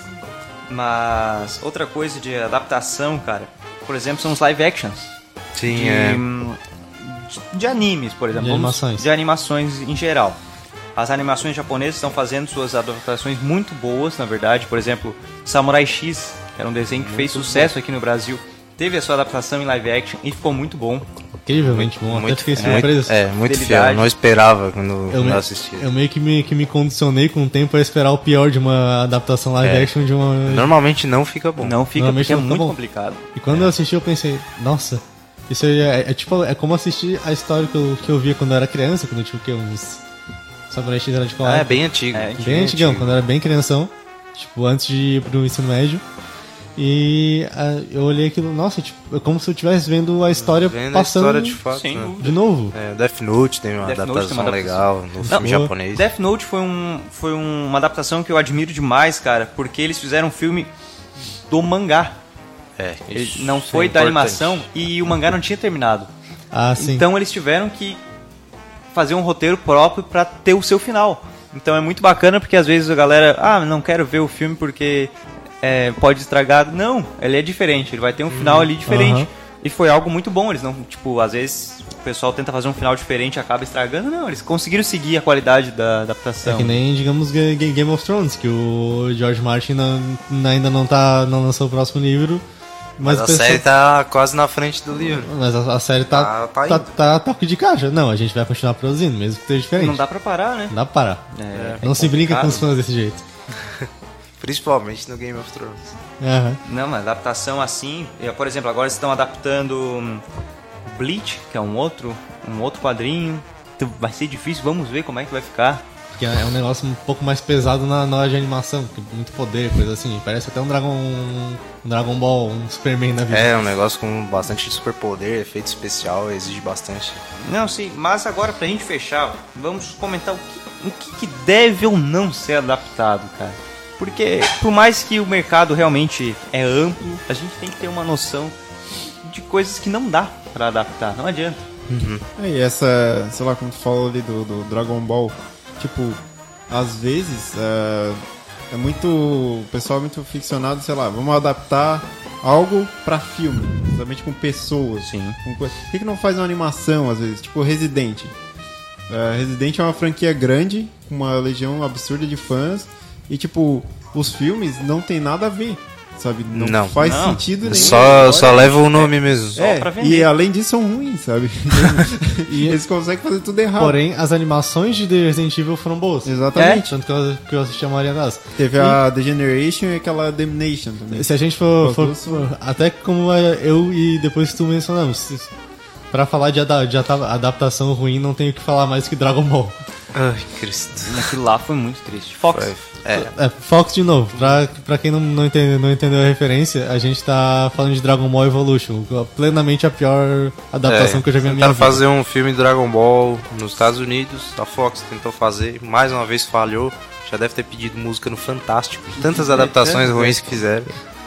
Mas outra coisa de adaptação, cara, por exemplo, são os live actions. Sim, de, é. de, de animes, por exemplo. De Vamos- animações. De animações em geral. As animações japonesas estão fazendo suas adaptações muito boas, na verdade. Por exemplo, Samurai X, que era um desenho que fez sucesso aqui no Brasil. Teve a sua adaptação em live action e ficou muito bom. Incrivelmente bom. Até Muito, fiquei é, muito, surpreso. é, muito fiel. Fidelidade. Eu não esperava quando Eu, quando me, eu assistia. eu meio que me, que me condicionei com o tempo a esperar o pior de uma adaptação live É. action de uma. Normalmente não fica bom. Não fica Normalmente porque é não fica muito bom. complicado. E quando eu assisti eu pensei, nossa, isso aí é, é tipo, é como assistir a história que eu, que eu via quando eu era criança, quando eu tinha o quê? Uns. Samurai X era de qual Ah, é época? bem antigo. É, Bem antigão, quando eu era bem crianção, tipo, antes de ir pro ensino médio. E ah, eu olhei aquilo, nossa, tipo, é como se eu estivesse vendo a história Vendo passando a história de fato. Sem né? dúvida. de novo. É, Death Note tem uma Death Note tem adaptação uma adaptação. legal no filme Não, japonês. Death Note foi, um, foi um- uma adaptação que eu admiro demais, cara, porque eles fizeram um filme do mangá. É, Ele isso não é foi da importante. animação e o mangá não tinha terminado. Ah, sim. Então eles tiveram que fazer um roteiro próprio pra ter o seu final. Então é muito bacana porque às vezes a galera, ah, não quero ver o filme porque é, pode estragar. Não, ele é diferente, ele vai ter um final ali diferente. aham. E foi algo muito bom, eles não, tipo, às vezes o pessoal tenta fazer um final diferente e acaba estragando. Não, eles conseguiram seguir a qualidade da adaptação. É que nem, digamos, Ga- Ga- Game of Thrones, que o George Martin não- ainda não, tá, não lançou o próximo livro. Mas, Mas a o pessoal- série tá quase na frente do livro. mas a, a série tá, Tá- tá tá, indo. tá toque de caixa. Não, a gente vai continuar produzindo, mesmo que esteja diferente. Não dá pra parar, né? Não dá pra parar. É, não é se brinca com os complicado. fãs desse jeito. Principalmente no Game of Thrones. Aham. Não, mas adaptação assim, eh, por exemplo, agora eles estão adaptando hum, Bleach, que é um outro, um outro quadrinho. Então, vai ser difícil, vamos ver como é que vai ficar. Porque é um negócio um pouco mais pesado na, na hora de animação, porque muito poder, coisa assim. Parece até um Dragon, um Dragon Ball, um Superman da vida. É, um negócio com bastante superpoder, efeito especial, exige bastante. Não, sim, mas agora pra gente fechar, vamos comentar o que, o que, que deve ou não ser adaptado, cara. Porque por mais que o mercado realmente é amplo, a gente tem que ter uma noção de coisas que não dá pra adaptar, não adianta. É, e essa, sei lá, como tu falou ali do, do Dragon Ball, tipo, às vezes é, é muito. O pessoal é muito ficcionado, sei lá, vamos adaptar algo pra filme, somente com pessoas. Sim. Com co- Por que, que não faz uma animação, às vezes? Tipo, Resident. É, Resident é uma franquia grande, com uma legião absurda de fãs, e tipo, os filmes não tem nada a ver. sabe? Não, Não. faz Não. sentido nenhum. Só, só Olha, leva o nome mesmo. é, pra vender. e além disso são ruins, sabe? E eles conseguem fazer tudo errado. Porém, as animações de The Resident Evil foram boas. Exatamente. Tanto que eu, que eu assisti a maioria delas. Teve a Degeneration e aquela Damnation também. Se a gente for, As for- duas são- for- até como é, eu e depois que tu mencionamos, se- pra falar de, ada- de ata- adaptação ruim, não tenho o que falar mais que Dragon Ball. Ai, Cristo. Aquilo lá foi muito triste. Fox. Foi. É, É, Fox de novo, pra, pra quem não, não, entende, não entendeu a referência, a gente tá falando de Dragon Ball Evolution, plenamente a pior adaptação é, que eu já vi na minha tentaram vida. fazer um filme de Dragon Ball nos Estados Unidos, a Fox tentou fazer, mais uma vez falhou, já deve ter pedido música no Fantástico, tantas adaptações ruins que fizeram,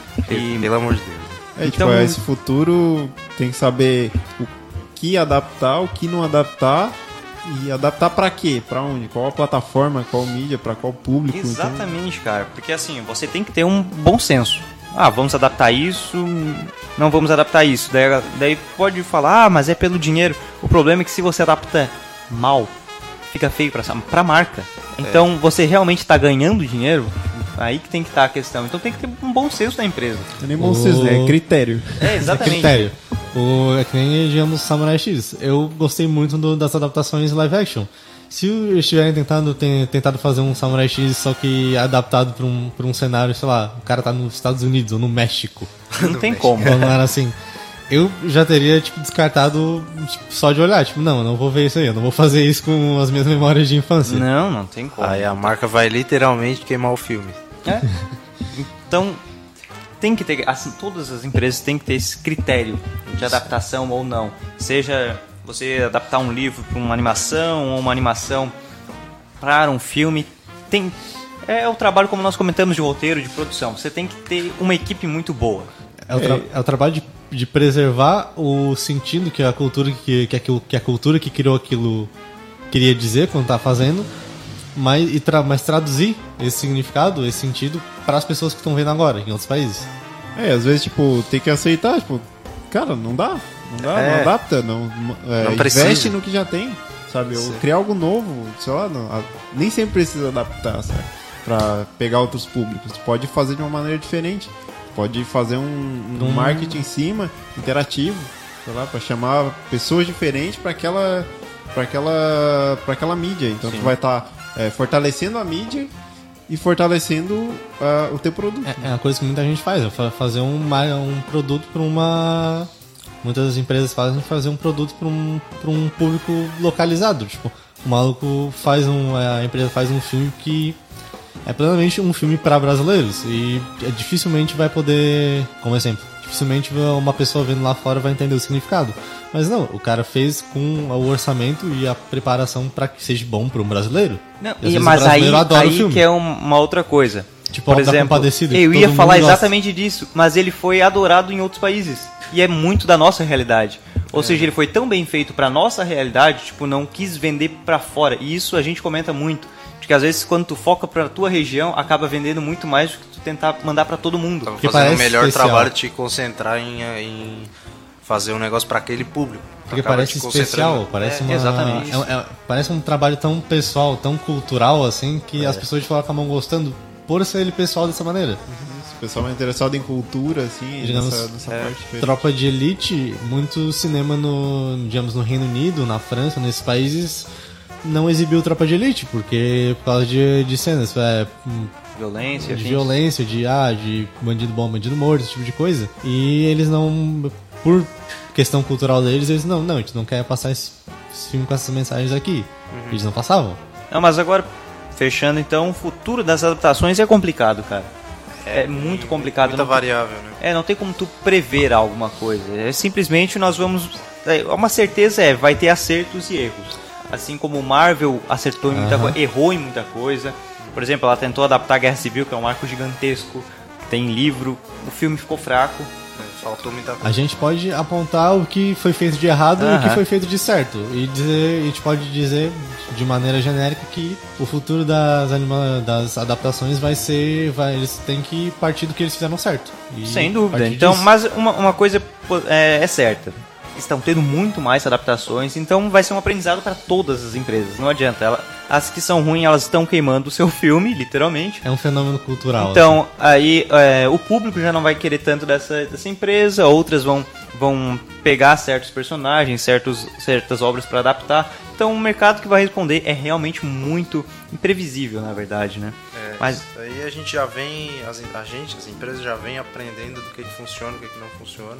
e, pelo amor de Deus. É, tipo, Então- é, esse futuro tem que saber o que adaptar, o que não adaptar e adaptar pra quê? Pra onde? Qual a plataforma, qual mídia, pra qual público? então- Exatamente, cara. Porque assim, você tem que ter um bom senso. Ah, vamos adaptar isso, não vamos adaptar isso. Daí, daí pode falar, ah, mas é pelo dinheiro. O problema é que se você adapta mal, fica feio pra, pra marca. Então você realmente tá ganhando dinheiro, aí que tem que estar a questão. Então tem que ter um bom senso da empresa. Não é nem bom senso, né? É critério. É, É exatamente. critério. O, é que nem, digamos, Samurai X. Eu gostei muito do- das adaptações live action. Se eles tiverem tentado, ten- tentado fazer um Samurai X só que adaptado pra um, pra um cenário, sei lá, o cara tá nos Estados Unidos ou no México, Não tem como. quando era assim, eu já teria, tipo, descartado tipo, só de olhar. Tipo, não, eu não vou ver isso aí, eu não vou fazer isso com as minhas memórias de infância. Não, não tem como. Aí a marca vai literalmente queimar o filme. É. Então, tem que ter, assim, todas as empresas têm que ter esse critério de adaptação ou não. Seja você adaptar um livro para uma animação ou uma animação para um filme, tem é o trabalho, como nós comentamos, de roteiro, de produção. Você tem que ter uma equipe muito boa. É o, tra- é o trabalho de, de preservar o sentido que a cultura que, que, aquilo, que a cultura que criou aquilo queria dizer quando tá fazendo, mas, e tra- mas traduzir esse significado, esse sentido, para as pessoas que estão vendo agora, em outros países. É, às vezes, tipo, tem que aceitar, tipo, cara, não dá. Não dá, É. não adapta, não, é, Não investe precisa. no que já tem, sabe? Ou Sim. criar algo novo, sei lá, não, a- nem sempre precisa adaptar, sabe? Pra pegar outros públicos. Pode fazer de uma maneira diferente. Pode fazer um, um Um- marketing em cima, interativo, sei lá, pra chamar pessoas diferentes pra aquela, pra aquela, pra aquela mídia. Então Sim. tu vai estar fortalecendo a mídia e fortalecendo ah, o teu produto. É, é uma coisa que muita gente faz, é fa- fazer um, ma- um produto para uma... Muitas empresas fazem fazer um produto para um, pra um público localizado. Tipo, o maluco faz um... A empresa faz um filme que é plenamente um filme para brasileiros. E é, dificilmente vai poder... Como exemplo, dificilmente uma pessoa vendo lá fora vai entender o significado. Mas não, o cara fez com o orçamento e a preparação para que seja bom para um brasileiro. Não, E às e- vezes o mas aí, brasileiro adora o aí filme. que é um- uma outra coisa. Tipo, Por Auto da exemplo, Compadecida, que eu todo ia mundo falar gosta. exatamente disso, mas ele foi adorado em outros países. E é muito da nossa realidade. Ou seja, ele foi tão bem feito pra nossa realidade, tipo, não quis vender pra fora. E isso a gente comenta muito. Porque às vezes quando tu foca pra tua região, acaba vendendo muito mais do que tu tentar mandar pra todo mundo. Tava Porque fazendo o parece melhor especial. trabalho de te concentrar em, em fazer um negócio pra aquele público. Porque Acaba parece te concentrando- especial, parece É, uma, exatamente. é- é- parece um trabalho tão pessoal, tão cultural, assim, que É. as pessoas de fora acabam gostando por ser ele pessoal dessa maneira. O pessoal é interessado em cultura, assim, Digamos, nessa, nessa é, parte. diferente. Tropa de Elite, muito cinema no, digamos, no Reino Unido, na França, nesses países, não exibiu Tropa de Elite, porque por causa de, de cenas, é, Violência, de afins. violência, de, ah, de bandido bom, bandido morto, esse tipo de coisa. E eles não, por questão cultural deles, eles não, não, a gente não quer passar esse, esse filme com essas mensagens aqui. Uhum. Eles não passavam. Não, mas agora, fechando então, o futuro das adaptações é complicado, cara. É, muito complicado. Muita não, variável, né? é, não tem como tu prever alguma coisa. É simplesmente nós vamos... É, uma certeza é, vai ter acertos e erros. Assim como o Marvel acertou em muita Aham. coisa, errou em muita coisa. Por exemplo, ela tentou adaptar a Guerra Civil, que é um arco gigantesco, tem livro, o filme ficou fraco. Faltou muita coisa. A gente pode apontar o que foi feito de errado e o que Aham. foi feito de certo. E dizer, a gente pode dizer de maneira genérica que o futuro das, anima, das adaptações vai ser. Vai, eles têm que partir do que eles fizeram certo. E Sem a dúvida. partir Então, disso- mas uma, uma coisa pô, é, é certa. estão tendo muito mais adaptações, então vai ser um aprendizado para todas as empresas, não adianta. Ela, as que são ruins, elas estão queimando o seu filme, literalmente. É um fenômeno cultural. Então, assim. aí é, o público já não vai querer tanto dessa, dessa empresa, outras vão, vão pegar certos personagens, certos, certas obras para adaptar. Então, o mercado que vai responder é realmente muito imprevisível, na verdade, né? É, Mas isso aí a gente já vem, as, a gente, as empresas já vem aprendendo do que, que funciona, do que, que não funciona.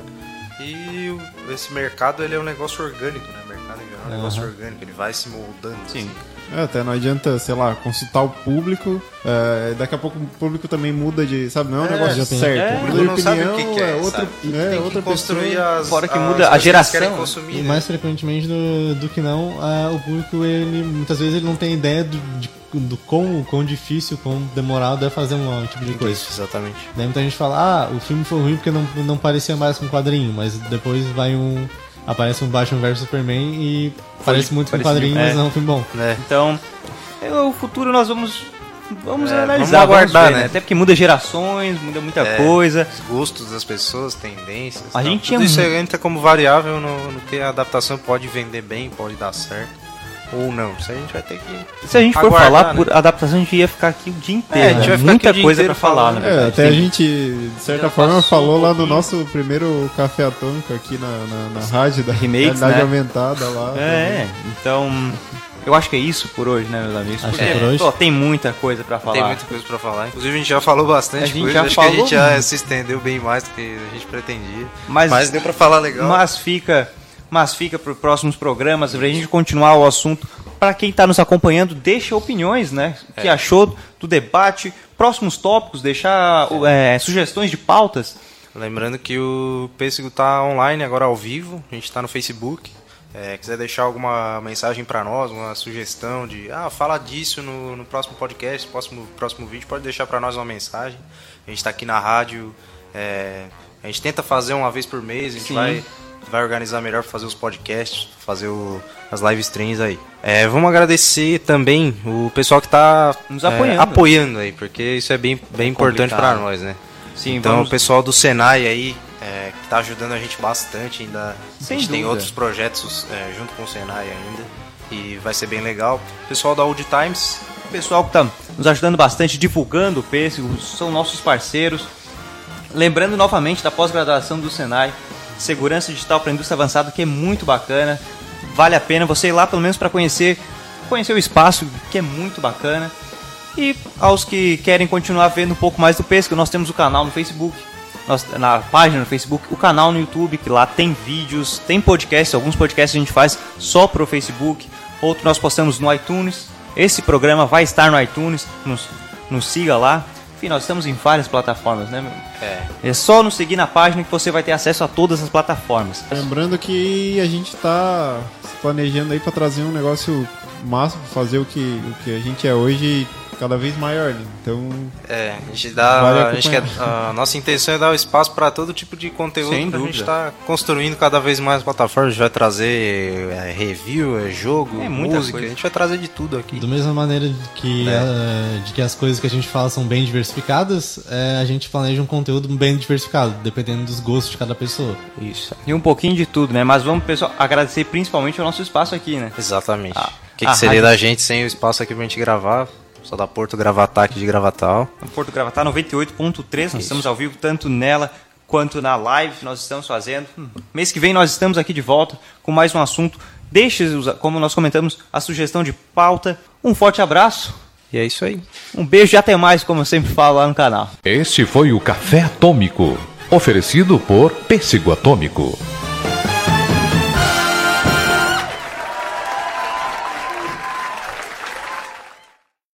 E o, esse mercado, ele é um negócio orgânico, né? O mercado em geral é um Uhum. negócio orgânico, ele vai se moldando. Sim. Assim. É, até não adianta, sei lá, consultar o público, é, daqui a pouco o público também muda de, sabe, não é um É, negócio de opinião. certo. É, Muda O de público não sabe o opinião, que, que é, outra, sabe? E é, tem outra que construir pessoa. as, Fora que as muda a coisas que eles geração, querem né? consumir, E né? mais frequentemente do, do que não, ah, o público, ele muitas vezes ele não tem ideia do, de, do quão, quão difícil, quão demorado é fazer um, um tipo de coisa. Isso, exatamente. Daí muita gente fala, ah, o filme foi ruim porque não, não parecia mais com quadrinho, mas depois vai um... aparece um Batman versus Superman e parece muito com parecido, quadrinho, é. mas não é um filme bom. É. Então, é, o futuro nós vamos, vamos É, analisar, vamos aguardar, ver, né? Até porque muda gerações, muda muita É. coisa. Os gostos das pessoas, tendências. A tal. gente Tudo tinha isso mu- entra como variável no, no que a adaptação pode vender bem, pode dar certo. Ou não. Isso aí a gente vai ter que. Se a gente for aguardar, falar né? por adaptação, a gente ia ficar aqui o dia inteiro. É, a gente né? vai ficar Muita aqui o dia coisa inteiro pra falar, falando. na É, verdade. até Tem- a gente, de certa Já forma, passou falou um lá no pouquinho. nosso primeiro Café Atômico aqui na, na, na rádio da Remakes, realidade né? aumentada lá. É, então. Eu acho que é isso por hoje, né, meus amigos? Acho que Porque, é por hoje. pô, tem muita coisa pra falar. Tem muita coisa pra falar. Inclusive a gente já falou bastante A gente coisa. já Acho que a falou gente já muito. se estendeu bem mais do que a gente pretendia. Mas, Mas deu pra falar legal. mas fica, mas fica para os próximos programas, pra gente continuar o assunto. Para quem está nos acompanhando, deixa opiniões, né? O que É. achou do debate, próximos tópicos, deixar é, sugestões de pautas. Lembrando que o Pêssego tá online agora ao vivo. A gente tá no Facebook. É, quiser deixar alguma mensagem para nós, uma sugestão de ah, fala disso no, no próximo podcast, próximo, próximo vídeo, pode deixar para nós uma mensagem. A gente está aqui na rádio, é, a gente tenta fazer uma vez por mês, a gente Sim. vai, vai organizar melhor para fazer os podcasts, fazer o, as live streams aí. É, vamos agradecer também o pessoal que está Nos apoiando. apoiando aí, porque isso é bem, bem importante para complicado. nós, né? Sim, Então vamos- o pessoal do Senai aí, é, que está ajudando a gente bastante ainda. Sem a gente tem dúvida. outros projetos é, junto com o Senai ainda. E vai ser bem legal. O pessoal da Old Times, O pessoal que está nos ajudando bastante, divulgando o Pêssego, são nossos parceiros. Lembrando novamente da pós-graduação do Senai, Segurança Digital para a Indústria Avançada, que é muito bacana. Vale a pena você ir lá pelo menos para conhecer, conhecer o espaço, que é muito bacana. E aos que querem continuar vendo um pouco mais do Pêssego, nós temos o canal no Facebook, nós, na página no Facebook, o canal no YouTube, que lá tem vídeos, tem podcasts, alguns podcasts a gente faz só pro Facebook, outros nós postamos no iTunes. Esse programa vai estar no iTunes, nos, nos siga lá. Enfim, nós estamos em várias plataformas, né? meu? é, É só nos seguir na página que você vai ter acesso a todas as plataformas. Lembrando que a gente tá se planejando aí pra trazer um negócio massa, pra fazer o que, o que a gente é hoje cada vez maior, né? Então, é, a gente dá. Vale A, gente quer, acompanhar. a nossa intenção é dar o espaço para todo tipo de conteúdo. Sem Pra dúvida. gente estar construindo cada vez mais plataformas. A gente vai trazer é, review, é, jogo, É muita música. coisa. A gente vai trazer de tudo aqui. Da mesma maneira de que, É. eh, de que as coisas que a gente fala são bem diversificadas, eh, a gente planeja um conteúdo bem diversificado, dependendo dos gostos de cada pessoa. Isso. E um pouquinho de tudo, né? Mas vamos, pessoal, agradecer principalmente o nosso espaço aqui, né? Exatamente. Ah, o que, a que seria rádio- da gente sem o espaço aqui pra gente gravar? Só da Porto Gravatar aqui de Gravatal. No Porto Gravatar noventa e oito ponto três, nós estamos ao vivo tanto nela quanto na live nós estamos fazendo. Hum, Mês que vem nós estamos aqui de volta com mais um assunto. Deixe, os- como nós comentamos, a sugestão de pauta. Um forte abraço, E é isso aí. um beijo e até mais, como eu sempre falo lá no canal. Este foi o Café Atômico, oferecido por Pêssego Atômico.